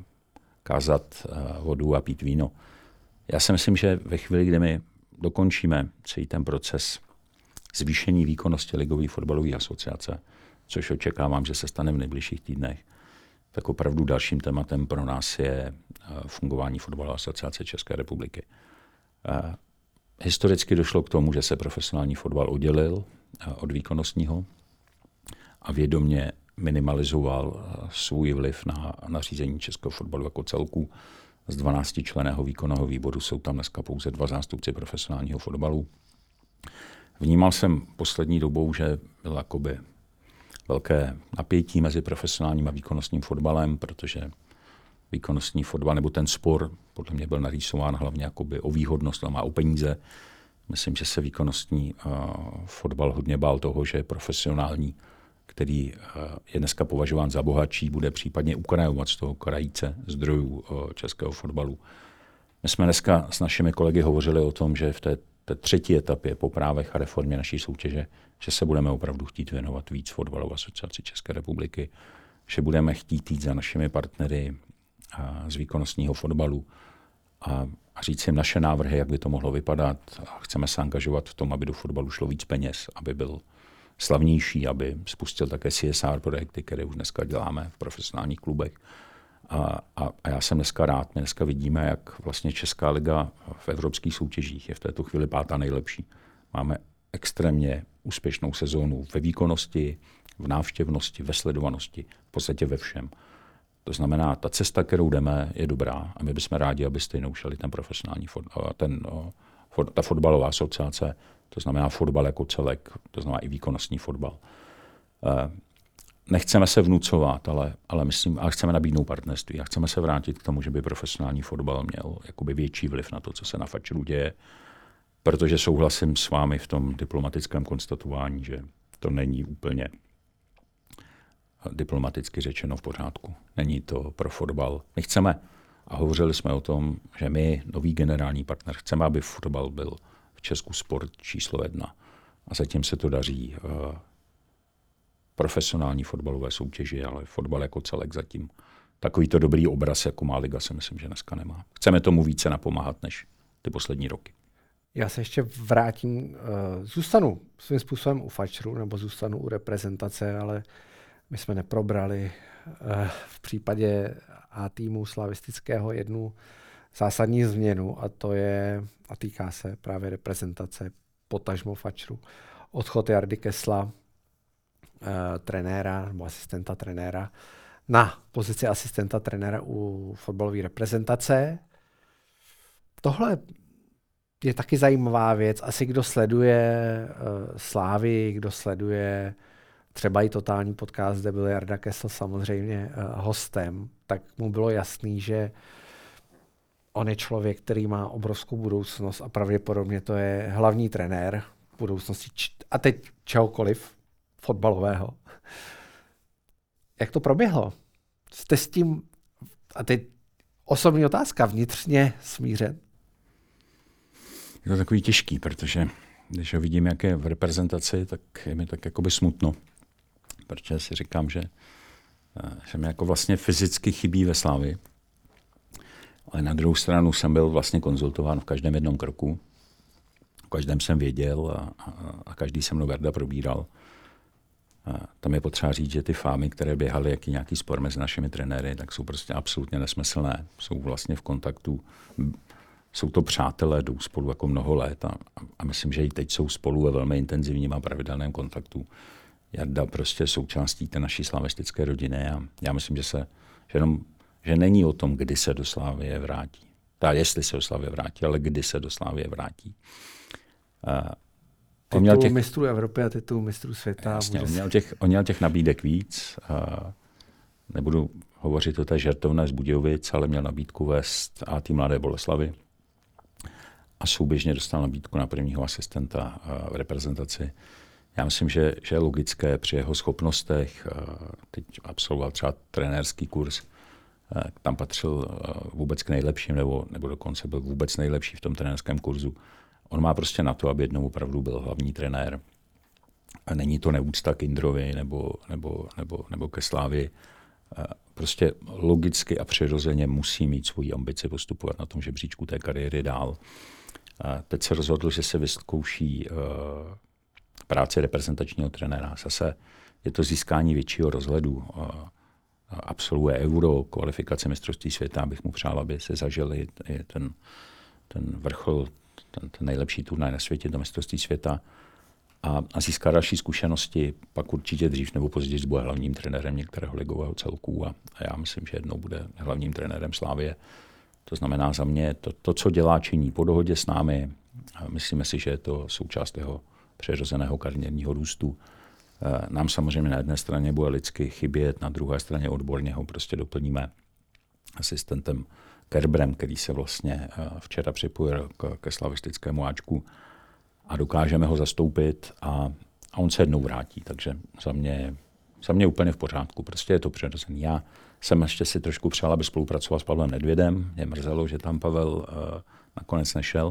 kázat uh, vodu a pít víno. Já si myslím, že ve chvíli, kdy my dokončíme celý ten proces zvýšení výkonnosti ligové fotbalové asociace, což očekávám, že se stane v nejbližších týdnech, tak opravdu dalším tématem pro nás je uh, fungování fotbalové asociace České republiky. Uh, historicky došlo k tomu, že se profesionální fotbal oddělil uh, od výkonnostního a vědomě minimalizoval svůj vliv na, na řízení českého fotbalu jako celku. Z dvanáctičlenného výkonného výboru jsou tam dneska pouze dva zástupci profesionálního fotbalu. Vnímal jsem poslední dobou, že bylo jakoby velké napětí mezi profesionálním a výkonnostním fotbalem, protože výkonnostní fotbal, nebo ten spor, podle mě byl narýsován hlavně jakoby o výhodnost a o peníze. Myslím, že se výkonnostní uh, fotbal hodně bál toho, že je profesionální, který je dneska považován za bohatší, bude případně ukrajovat z toho krajíce zdrojů českého fotbalu. My jsme dneska s našimi kolegy hovořili o tom, že v té, té třetí etapě po právech a reformě naší soutěže, že se budeme opravdu chtít věnovat víc fotbalové asociaci České republiky, že budeme chtít jít za našimi partnery z výkonnostního fotbalu a, a říct jim naše návrhy, jak by to mohlo vypadat. A chceme se angažovat v tom, aby do fotbalu šlo víc peněz, aby byl slavnější, aby spustil také C S R projekty, které už dneska děláme v profesionálních klubech. A, a, a já jsem dneska rád. My dneska vidíme, jak vlastně Česká liga v evropských soutěžích je v této chvíli pátá nejlepší. Máme extrémně úspěšnou sezónu ve výkonnosti, v návštěvnosti, ve sledovanosti, v podstatě ve všem. To znamená, ta cesta, kterou jdeme, je dobrá a my bychom rádi, aby stejnou šeli ten profesionální, ten, ta fotbalová asociace To znamená fotbal jako celek, to znamená i výkonnostní fotbal. Nechceme se vnucovat, ale, ale myslím, a chceme nabídnout partnerství a chceme se vrátit k tomu, že by profesionální fotbal měl jakoby větší vliv na to, co se na Fatscheru děje, protože souhlasím s vámi v tom diplomatickém konstatování, že to není úplně diplomaticky řečeno v pořádku. Není to pro fotbal. My chceme, a hovořili jsme o tom, že my, nový generální partner, chceme, aby fotbal byl v Česku sport číslo jedna. A zatím se to daří uh, profesionální fotbalové soutěži, ale fotbal jako celek zatím takovýto dobrý obraz, jako má liga, si myslím, že dneska nemá. Chceme tomu více napomáhat než ty poslední roky. Já se ještě vrátím, uh, zůstanu svým způsobem u Fatscheru, nebo zůstanu u reprezentace, ale my jsme neprobrali uh, v případě A týmu slavistického jednu zásadní změnu, a to je, a týká se právě reprezentace potažmo Fatscheru, odchod Jardy Kessla, uh, trenéra nebo asistenta trenéra, na pozici asistenta trenéra u fotbalové reprezentace. Tohle je taky zajímavá věc. Asi kdo sleduje uh, Slávy, kdo sleduje třeba i totální podcast, kde byl Jarda Kessel samozřejmě uh, hostem, tak mu bylo jasný, že on je člověk, který má obrovskou budoucnost a pravděpodobně to je hlavní trenér budoucnosti č- a teď čehokoliv fotbalového. Jak to proběhlo? Jste s tím, a teď osobní otázka, vnitřně smířen? Je to takový těžký, protože když ho vidím, jak je v reprezentaci, tak je mi tak jakoby smutno. Protože si říkám, že, že mi jako vlastně fyzicky chybí ve Slávii. Ale na druhou stranu jsem byl vlastně konzultován v každém jednom kroku. V každém jsem věděl a, a, a každý se mnou Jarda probíral. A tam je potřeba říct, že ty fámy, které běhaly, jaký nějaký spor mezi našimi trenéry, tak jsou prostě absolutně nesmyslné. Jsou vlastně v kontaktu, jsou to přátelé, jdou spolu jako mnoho let a, a myslím, že i teď jsou spolu ve velmi intenzivním a pravidelném kontaktu. Jarda prostě součástí té naší slavistické rodiny a já myslím, že se, že jenom, že není o tom, kdy se do Slávie vrátí. Ta, jestli se do Slávie vrátí, ale kdy se do Slávie vrátí. Uh, On měl těch mistrů Evropy a titul mistrů světa. Jasně, on, měl těch, on měl těch nabídek víc. Uh, nebudu hovořit o té žertovné z Budějovic, ale měl nabídku vést A tým Mladé Boleslavi. A souběžně dostal nabídku na prvního asistenta uh, v reprezentaci. Já myslím, že, že je logické při jeho schopnostech. Uh, teď absolvoval třeba trenérský kurz. Uh, tam patřil uh, vůbec k nejlepším, nebo, nebo dokonce byl vůbec nejlepší v tom trenérském kurzu. On má prostě na to, aby jednou opravdu byl hlavní trenér. A není to neúcta k Indrovi nebo, nebo, nebo, nebo ke Slávii. Prostě logicky a přirozeně musí mít svoji ambici postupovat na tom žebříčku té kariéry dál. A teď se rozhodl, že se vyzkouší uh, práci reprezentačního trenéra. Zase je to získání většího rozhledu. Uh, absolvuje Euro, kvalifikace mistrovství světa, abych mu přál, aby se zažili ten, ten vrchol, ten, ten nejlepší turnaj na světě, to mistrovství světa a, a získá další zkušenosti, pak určitě dřív nebo později bude hlavním trenérem některého ligového celku a, a já myslím, že jednou bude hlavním trenérem Slávie. To znamená za mě to, to, co dělá, činí po dohodě s námi. Myslíme si, že je to součást jeho přirozeného kariérního růstu. Nám samozřejmě na jedné straně bude lidsky chybět, na druhé straně odborně ho prostě doplníme asistentem Kerbrem, který se vlastně včera připojil ke slavistickému áčku a dokážeme ho zastoupit a, a on se jednou vrátí. Takže za mě, za mě úplně v pořádku. Prostě je to přirozený. Já jsem ještě si trošku přál, aby spolupracoval s Pavlem Nedvědem. Mě mrzelo, že tam Pavel uh, nakonec nešel.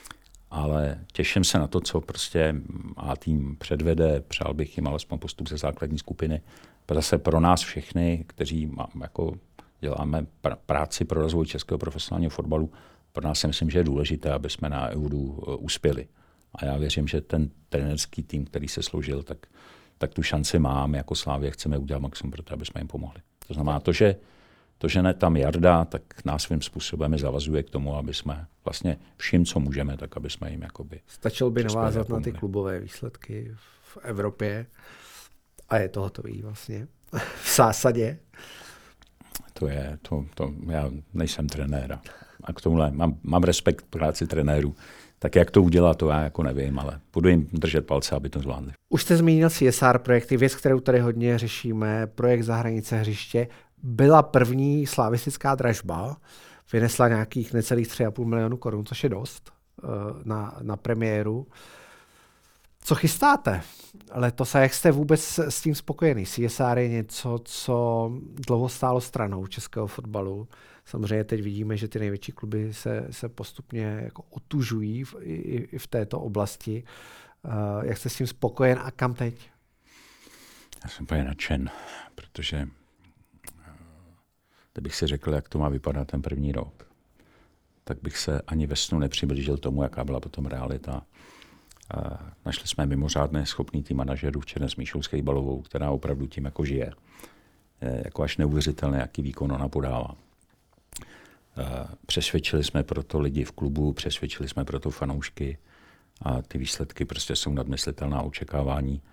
Ale těším se na to, co prostě A tým předvede. Přál bych jim alespoň postup ze základní skupiny. Zase pro nás všechny, kteří má, jako děláme pr- práci pro rozvoj českého profesionálního fotbalu, pro nás si myslím, že je důležité, aby jsme na Euru uh, uspěli. A já věřím, že ten trenérský tým, který se složil, tak, tak tu šanci máme. Jako Slávě chceme udělat maximum pro to, aby jsme jim pomohli. To znamená to, že To, že ne tam Jarda, tak nás svým způsobem zavazuje k tomu, aby jsme vlastně vším, co můžeme, tak aby jsme jim jakoby... Stačil by navázat na ty klubové výsledky v Evropě a je to hotový vlastně. V zásadě. To je, to, to, já nejsem trenér. A k tomuhle mám, mám respekt k práci trenérů. Tak jak to udělá, to já jako nevím, ale budu jim držet palce, aby to zvládli. Už jste zmínil C S R projekty, věc, kterou tady hodně řešíme, projekt Za hranice hřiště. Byla první slavistická dražba, vynesla nějakých necelých tři a půl milionu korun, což je dost na, na premiéru. Co chystáte letos a jak jste vůbec s tím spokojený? C S R je něco, co dlouho stálo stranou českého fotbalu. Samozřejmě teď vidíme, že ty největší kluby se, se postupně jako otužují v, i, i v této oblasti. Uh, jak jste s tím spokojen a kam teď? Já jsem úplně nadšen, protože kdybych si řekl, jak to má vypadat ten první rok, tak bych se ani ve snu nepřiblížil tomu, jaká byla potom realita. Uh, našli jsme mimořádné schopný tým manažerů v čele s Míšou Schejbalovou, která opravdu tím jako žije. Je jako až neuvěřitelné, jaký výkon ona podává. Přesvědčili jsme proto lidi v klubu, přesvědčili jsme proto fanoušky a ty výsledky prostě jsou nadmyslitelná očekávání.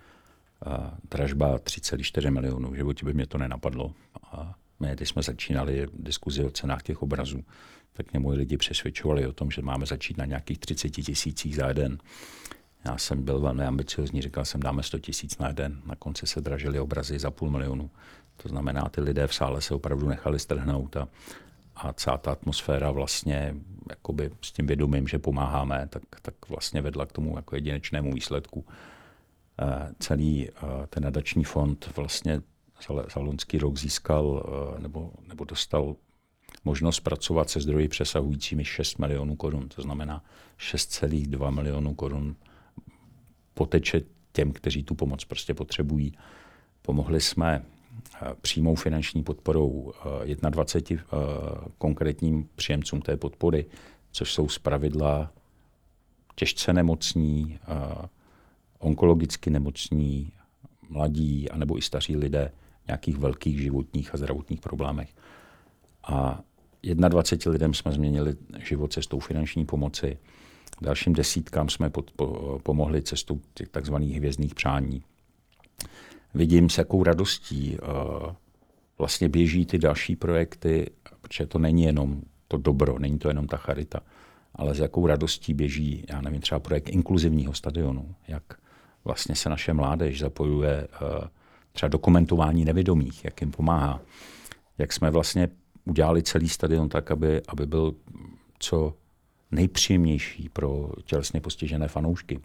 Dražba tři celé čtyři milionů, v životě by mě to nenapadlo. A my, když jsme začínali diskuzi o cenách těch obrazů, tak mě moji lidi přesvědčovali o tom, že máme začít na nějakých třicet tisících za jeden. Já jsem byl velmi ambiciozní, říkal jsem, dáme sto tisíc na jeden. Na konci se dražily obrazy za půl milionu. To znamená, ty lidé v sále se opravdu nechali strhnout a A celá ta atmosféra vlastně jakoby s tím vědomím, že pomáháme, tak, tak vlastně vedla k tomu jako jedinečnému výsledku. E, celý e, ten nadační fond vlastně za, za loňský rok získal e, nebo, nebo dostal možnost pracovat se zdroji přesahujícími šest milionů korun. To znamená šest celá dva milionů korun poteče těm, kteří tu pomoc prostě potřebují. Pomohli jsme přímou finanční podporou dvaceti jedna konkrétním příjemcům té podpory, což jsou zpravidla těžce nemocní, onkologicky nemocní, mladí anebo i staří lidé v nějakých velkých životních a zdravotních problémech. A dvaceti jedna lidem jsme změnili život cestou finanční pomoci. Dalším desítkám jsme pod, po, pomohli cestou těch takzvaných hvězdných přání. Vidím, s jakou radostí uh, vlastně běží ty další projekty, protože to není jenom to dobro, není to jenom ta charita, ale s jakou radostí běží, já nevím, třeba projekt inkluzivního stadionu, jak vlastně se naše mládež zapojuje uh, třeba dokumentování nevědomých, jak jim pomáhá, jak jsme vlastně udělali celý stadion tak, aby, aby byl co nejpříjemnější pro tělesně postižené fanoušky.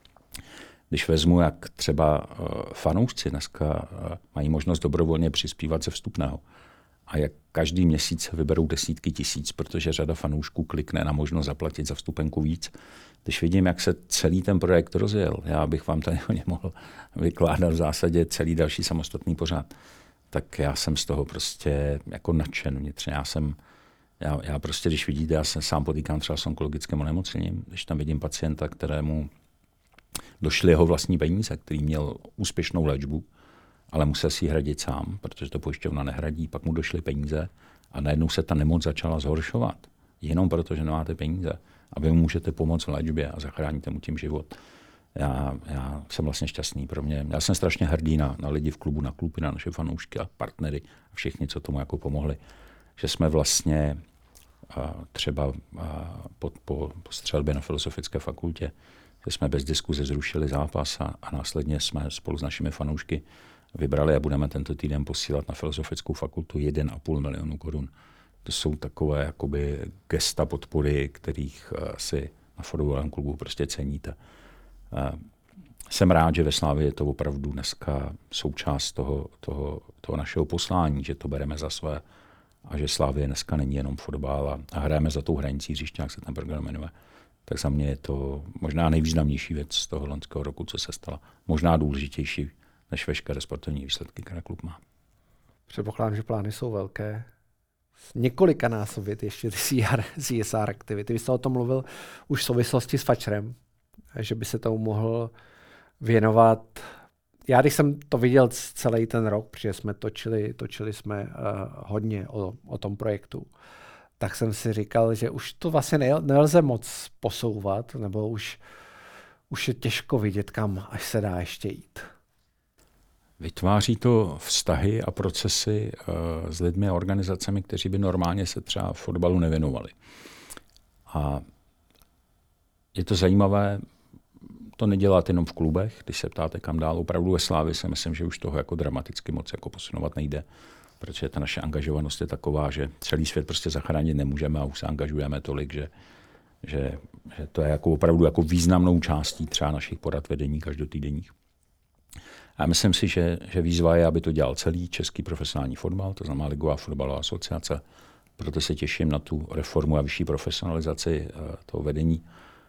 Když vezmu, jak třeba fanoušci dneska mají možnost dobrovolně přispívat ze vstupného a jak každý měsíc se vyberou desítky tisíc, protože řada fanoušků klikne na možnost zaplatit za vstupenku víc. Když vidím, jak se celý ten projekt rozjel, já bych vám tady o něm mohl vykládat v zásadě celý další samostatný pořad, tak já jsem z toho prostě jako nadšen vnitřně. Já jsem, já, já prostě, když vidíte, já se sám potýkám třeba s onkologickým onemocněním, když tam vidím pacienta, kterému došly jeho vlastní peníze, který měl úspěšnou léčbu, ale musel si ji hradit sám, protože to pojišťovna nehradí, pak mu došly peníze a najednou se ta nemoc začala zhoršovat. Jenom proto, že nemáte peníze. A vy mu můžete pomoct v léčbě a zachráníte mu tím život. Já, já jsem vlastně šťastný pro mě. Já jsem strašně hrdý na, na lidi v klubu, na kluby, na naše fanoušky a partnery a všichni, co tomu jako pomohli. Že jsme vlastně a, třeba a, po, po, po střelbě na Filozofické fakultě, že jsme bez diskuze zrušili zápas a, a následně jsme spolu s našimi fanoušky vybrali a budeme tento týden posílat na Filozofickou fakultu jeden a půl milionu korun. To jsou takové jakoby gesta podpory, kterých uh, si na fotbalovém klubu prostě ceníte. Uh, jsem rád, že ve Slávii je to opravdu dneska součást toho, toho, toho našeho poslání, že to bereme za své a že Slávie dneska není jenom fotbal a, a hrajeme za tou hranicí hřiště, jak se ten program jmenuje. Tak za mě je to možná nejvýznamnější věc z toho loňského roku, co se stala. Možná důležitější než veškeré sportovní výsledky, které klub má. Předpokládám, že plány jsou velké. Několika násobit ještě ty C S R aktivity. Vy jste o tom mluvil už v souvislosti s Fatscherem, že by se tomu mohl věnovat. Já když jsem to viděl celý ten rok, protože jsme točili, točili jsme uh, hodně o, o tom projektu, tak jsem si říkal, že už to vlastně nelze moc posouvat, nebo už, už je těžko vidět, kam až se dá ještě jít. Vytváří to vztahy a procesy uh, s lidmi a organizacemi, kteří by normálně se třeba fotbalu nevěnovali. A je to zajímavé, to nedělat jenom v klubech, když se ptáte kam dál. Opravdu ve Slávii si myslím, že už toho jako dramaticky moc jako posunovat nejde, protože ta naše angažovanost je taková, že celý svět prostě zachránit nemůžeme a už se angažujeme tolik, že, že, že to je jako opravdu jako významnou částí třeba našich porad vedení každotýdenních. A myslím si, že, že výzva je, aby to dělal celý český profesionální fotbal, to znamená Ligová fotbalová asociace. Proto se těším na tu reformu a vyšší profesionalizaci toho vedení.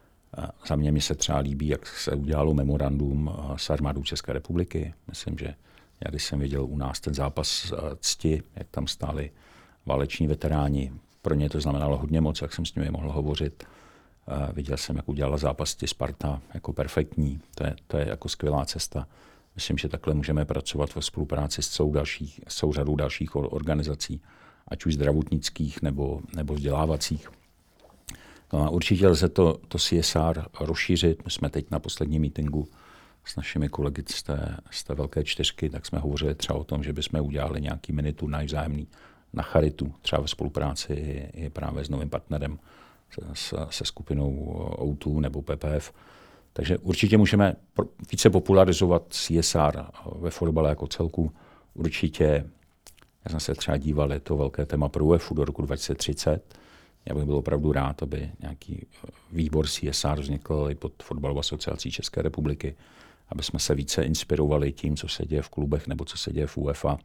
Za mě mi se třeba líbí, jak se udělalo memorandum s armádou České republiky. Myslím, že já když jsem viděl u nás ten zápas cti, jak tam stáli váleční veteráni, pro ně to znamenalo hodně moc, jak jsem s nimi mohl hovořit. Viděl jsem, jak udělala zápas cti Sparta jako perfektní. To je, to je jako skvělá cesta. Myslím, že takhle můžeme pracovat ve spolupráci s celou, dalších, s celou řadou dalších organizací, ať už zdravotnických nebo, nebo vzdělávacích. No a určitě lze to, to C S R rozšířit. My jsme teď na posledním meetingu s našimi kolegy z té, z té velké čtyřky, tak jsme hovořili třeba o tom, že bychom udělali nějaký miniturnaj vzájemný na charitu, třeba ve spolupráci i, i právě s novým partnerem, se, se skupinou O dva nebo P P F. Takže určitě můžeme více popularizovat C S R ve fotbale jako celku. Určitě, já jsem se třeba díval, je to velké téma pro U E F U do roku dva tisíce třicet. Já bych byl opravdu rád, aby nějaký výbor C S R vznikl i pod Fotbalovou asociací České republiky, aby jsme se více inspirovali tím, co se děje v klubech nebo co se děje v UEFA.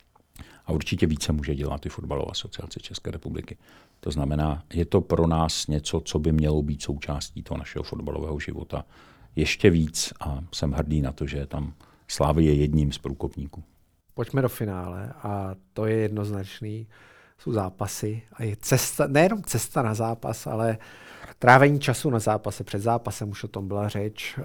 A určitě více může dělat i Fotbalová asociace České republiky. To znamená, je to pro nás něco, co by mělo být součástí toho našeho fotbalového života ještě víc a jsem hrdý na to, že tam Slavia je jedním z průkopníků. Pojďme do finále a to je jednoznačný. Jsou zápasy a je cesta, nejenom cesta na zápas, ale trávení času na zápase. Před zápasem už o tom byla řeč.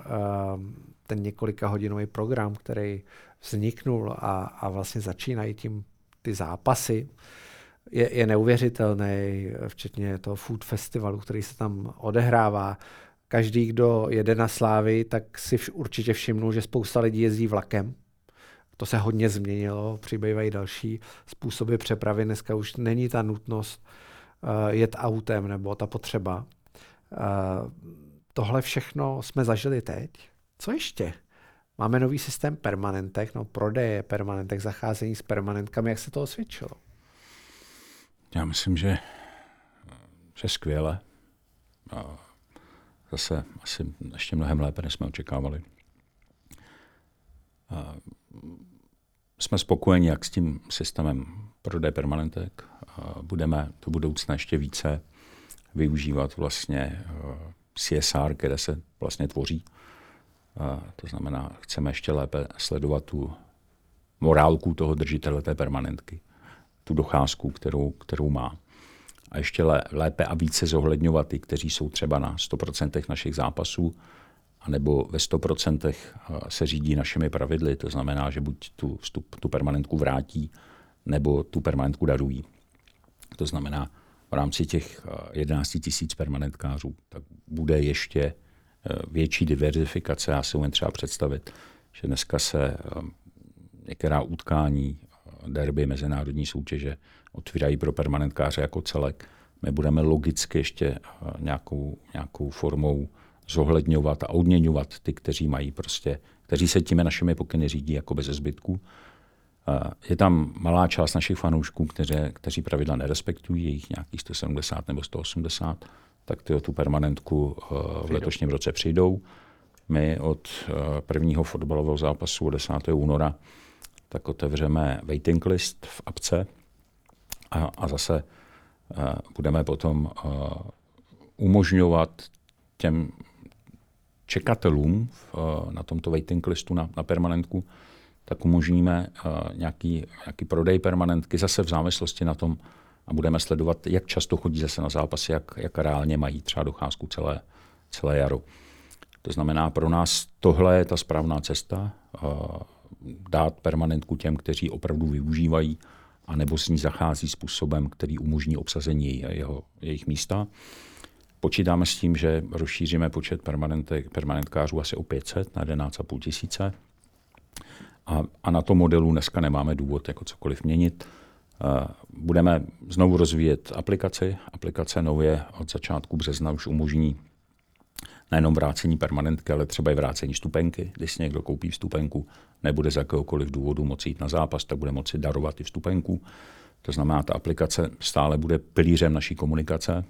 Ten několika hodinový program, který vzniknul a, a vlastně začínají tím ty zápasy, je, je neuvěřitelný, včetně toho food festivalu, který se tam odehrává. Každý, kdo jede na Slávy, tak si vš- určitě všimnul, že spousta lidí jezdí vlakem. To se hodně změnilo, přibývají další způsoby přepravy. Dneska už není ta nutnost uh, jet autem nebo ta potřeba. Uh, tohle všechno jsme zažili teď. Co ještě? Máme nový systém permanentek, no prodeje permanentek, zacházení s permanentkami. Jak se to osvědčilo? Já myslím, že, že skvěle. Zase asi ještě mnohem lépe, než jsme očekávali. Jsme spokojeni, jak s tím systémem prodeje permanentek. Budeme do budoucna ještě více využívat vlastně C S R, které se vlastně tvoří. To znamená, chceme ještě lépe sledovat tu morálku toho držitele té permanentky, tu docházku, kterou, kterou má. A ještě lépe a více zohledňovat ty, kteří jsou třeba na sto procent našich zápasů, anebo ve sto procent se řídí našimi pravidly, to znamená, že buď tu, vstup, tu permanentku vrátí, nebo tu permanentku darují. To znamená, v rámci těch jedenáct tisíc permanentkářů tak bude ještě větší diverzifikace. Já si umím třeba představit, že dneska se některá utkání, derby, mezinárodní soutěže otvírají pro permanentkáře jako celek. My budeme logicky ještě nějakou, nějakou formou zohledňovat a odměňovat ty, kteří mají prostě, kteří se těmi našimi pokyny řídí jako bez zbytku. Je tam malá část našich fanoušků, kteří, kteří pravidla nerespektují, je jich nějakých sto sedmdesát nebo sto osmdesát, tak ty o tu permanentku v letošním roce přijdou. My od prvního fotbalového zápasu od desátého února tak otevřeme waiting list v apce a, a zase budeme potom umožňovat těm čekatelům na tomto waiting listu na, na permanentku, tak umožníme nějaký, nějaký prodej permanentky zase v závislosti na tom a budeme sledovat, jak často chodí zase na zápasy, jak, jak reálně mají třeba docházku celé, celé jaro. To znamená, pro nás tohle je ta správná cesta, dát permanentku těm, kteří opravdu využívají, anebo s ní zachází způsobem, který umožní obsazení jeho, jejich místa. Počítáme s tím, že rozšíříme počet permanentkářů asi o pět set na jedenáct a půl tisíce. A, a na tom modelu dneska nemáme důvod jako cokoliv měnit. Budeme znovu rozvíjet aplikaci. Aplikace nově od začátku března už umožní nejenom vrácení permanentky, ale třeba i vrácení vstupenky. Když si někdo koupí vstupenku, nebude z jakéhokoliv důvodu moci jít na zápas, tak bude moci darovat i vstupenku. To znamená, ta aplikace stále bude pilířem naší komunikace.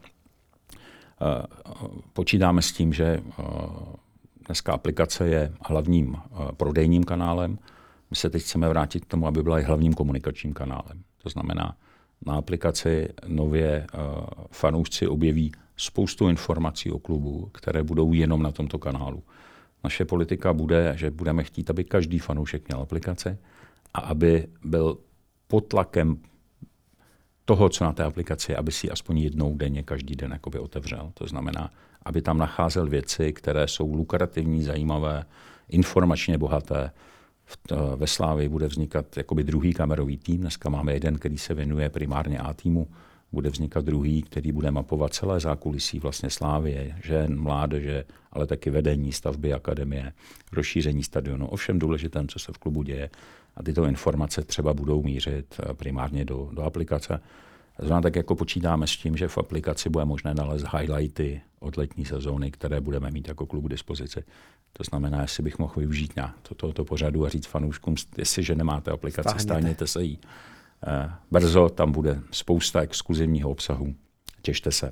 Počítáme s tím, že dneska aplikace je hlavním prodejním kanálem. My se teď chceme vrátit k tomu, aby byla i hlavním komunikačním kanálem. To znamená, na aplikaci nově fanoušci objeví spoustu informací o klubu, které budou jenom na tomto kanálu. Naše politika bude, že budeme chtít, aby každý fanoušek měl aplikaci a aby byl pod tlakem toho, co na té aplikaci, aby si aspoň jednou denně, každý den jakoby otevřel. To znamená, aby tam nacházel věci, které jsou lukrativní, zajímavé, informačně bohaté. Ve Slávii bude vznikat jakoby druhý kamerový tým. Dneska máme jeden, který se věnuje primárně A týmu. Bude vznikat druhý, který bude mapovat celé zákulisí vlastně Slávie, žen, mládeže, ale taky vedení, stavby akademie, rozšíření stadionu. Ovšem důležitém, co se v klubu děje. A tyto informace třeba budou mířit primárně do, do aplikace. Znamená, tak jako počítáme s tím, že v aplikaci bude možné nalézt highlighty od letní sezóny, které budeme mít jako klub k dispozici. To znamená, jestli bych mohl využít na to, tohoto pořadu a říct fanouškům, jestliže nemáte aplikaci, stáhněte se jí. Brzo tam bude spousta exkluzivního obsahu. Těšte se.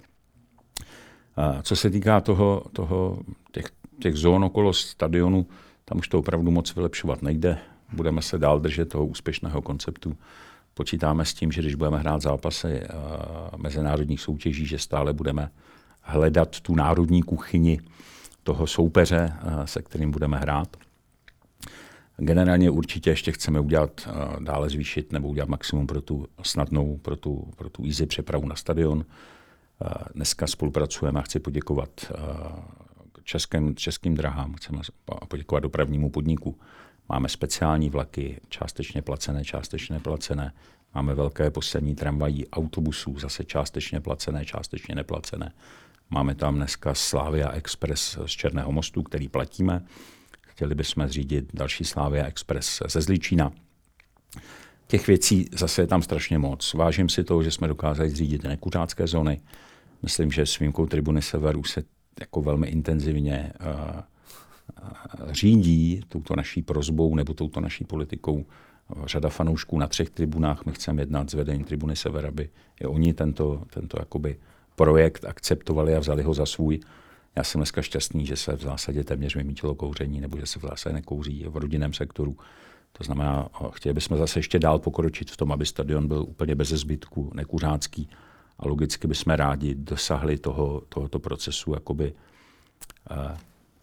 Co se týká toho, toho, těch, těch zón okolo stadionu, tam už to opravdu moc vylepšovat nejde. Budeme se dál držet toho úspěšného konceptu. Počítáme s tím, že když budeme hrát zápasy mezinárodních soutěží, že stále budeme hledat tu národní kuchyni toho soupeře, se kterým budeme hrát. Generálně určitě ještě chceme udělat, dále zvýšit nebo udělat maximum pro tu snadnou, pro tu, pro tu easy přepravu na stadion. Dneska spolupracujeme a chci poděkovat českým, českým drahám, chceme poděkovat dopravnímu podniku. Máme speciální vlaky, částečně placené, částečně neplacené. Máme velké poslední tramvají autobusů, zase částečně placené, částečně neplacené. Máme tam dneska Slavia Express z Černého mostu, který platíme. Chtěli bychom zřídit další Slavia Express ze Zličína. Těch věcí zase je tam strašně moc. Vážím si toho, že jsme dokázali zřídit nekuřácké zóny. Myslím, že s výjimkou tribuny Severu se jako velmi intenzivně uh, řídí touto naší prosbou nebo touto naší politikou řada fanoušků na třech tribunách. My chceme jednat s vedením tribuny Sever, aby i oni tento, tento jakoby projekt akceptovali a vzali ho za svůj. Já jsem dneska šťastný, že se v zásadě téměř vymítilo kouření nebo že se v zásadě nekouří v rodinném sektoru. To znamená, chtěli bychom zase ještě dál pokročit v tom, aby stadion byl úplně bez zbytku nekuřácký a logicky bychom rádi dosahli toho, tohoto procesu jakoby eh,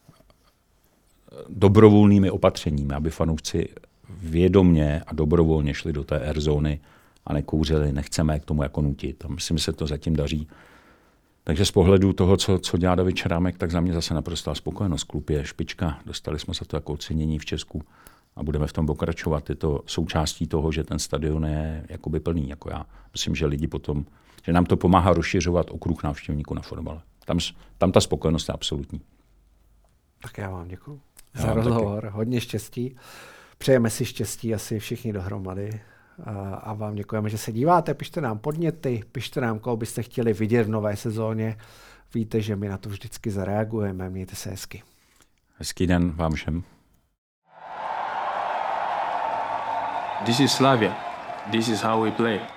dobrovolnými opatřeními, aby fanoušci vědomně a dobrovolně šli do té R-zóny a nekouřili. Nechceme k tomu jako nutit. A myslím, že se to zatím daří. Takže z pohledu toho, co, co dělá David Šrámek, tak za mě zase naprostá spokojenost. Klub je špička, dostali jsme se to jako ocenění v Česku a budeme v tom pokračovat. Je to součástí toho, že ten stadion je jakoby plný. Jako já myslím, že lidi potom, že nám to pomáhá rozšiřovat okruh návštěvníků na fotbale. Tam, tam ta spokojenost je absolutní. Tak já vám děkuju za rozhovor. Hodně štěstí. Přejeme si štěstí asi všichni dohromady. A, a vám děkujeme, že se díváte. Pište nám podněty, pište nám, koho byste chtěli vidět v nové sezóně. Víte, že my na to vždycky zareagujeme. Mějte se hezky. Hezký den vám všem. This is Slavia. This is how we play.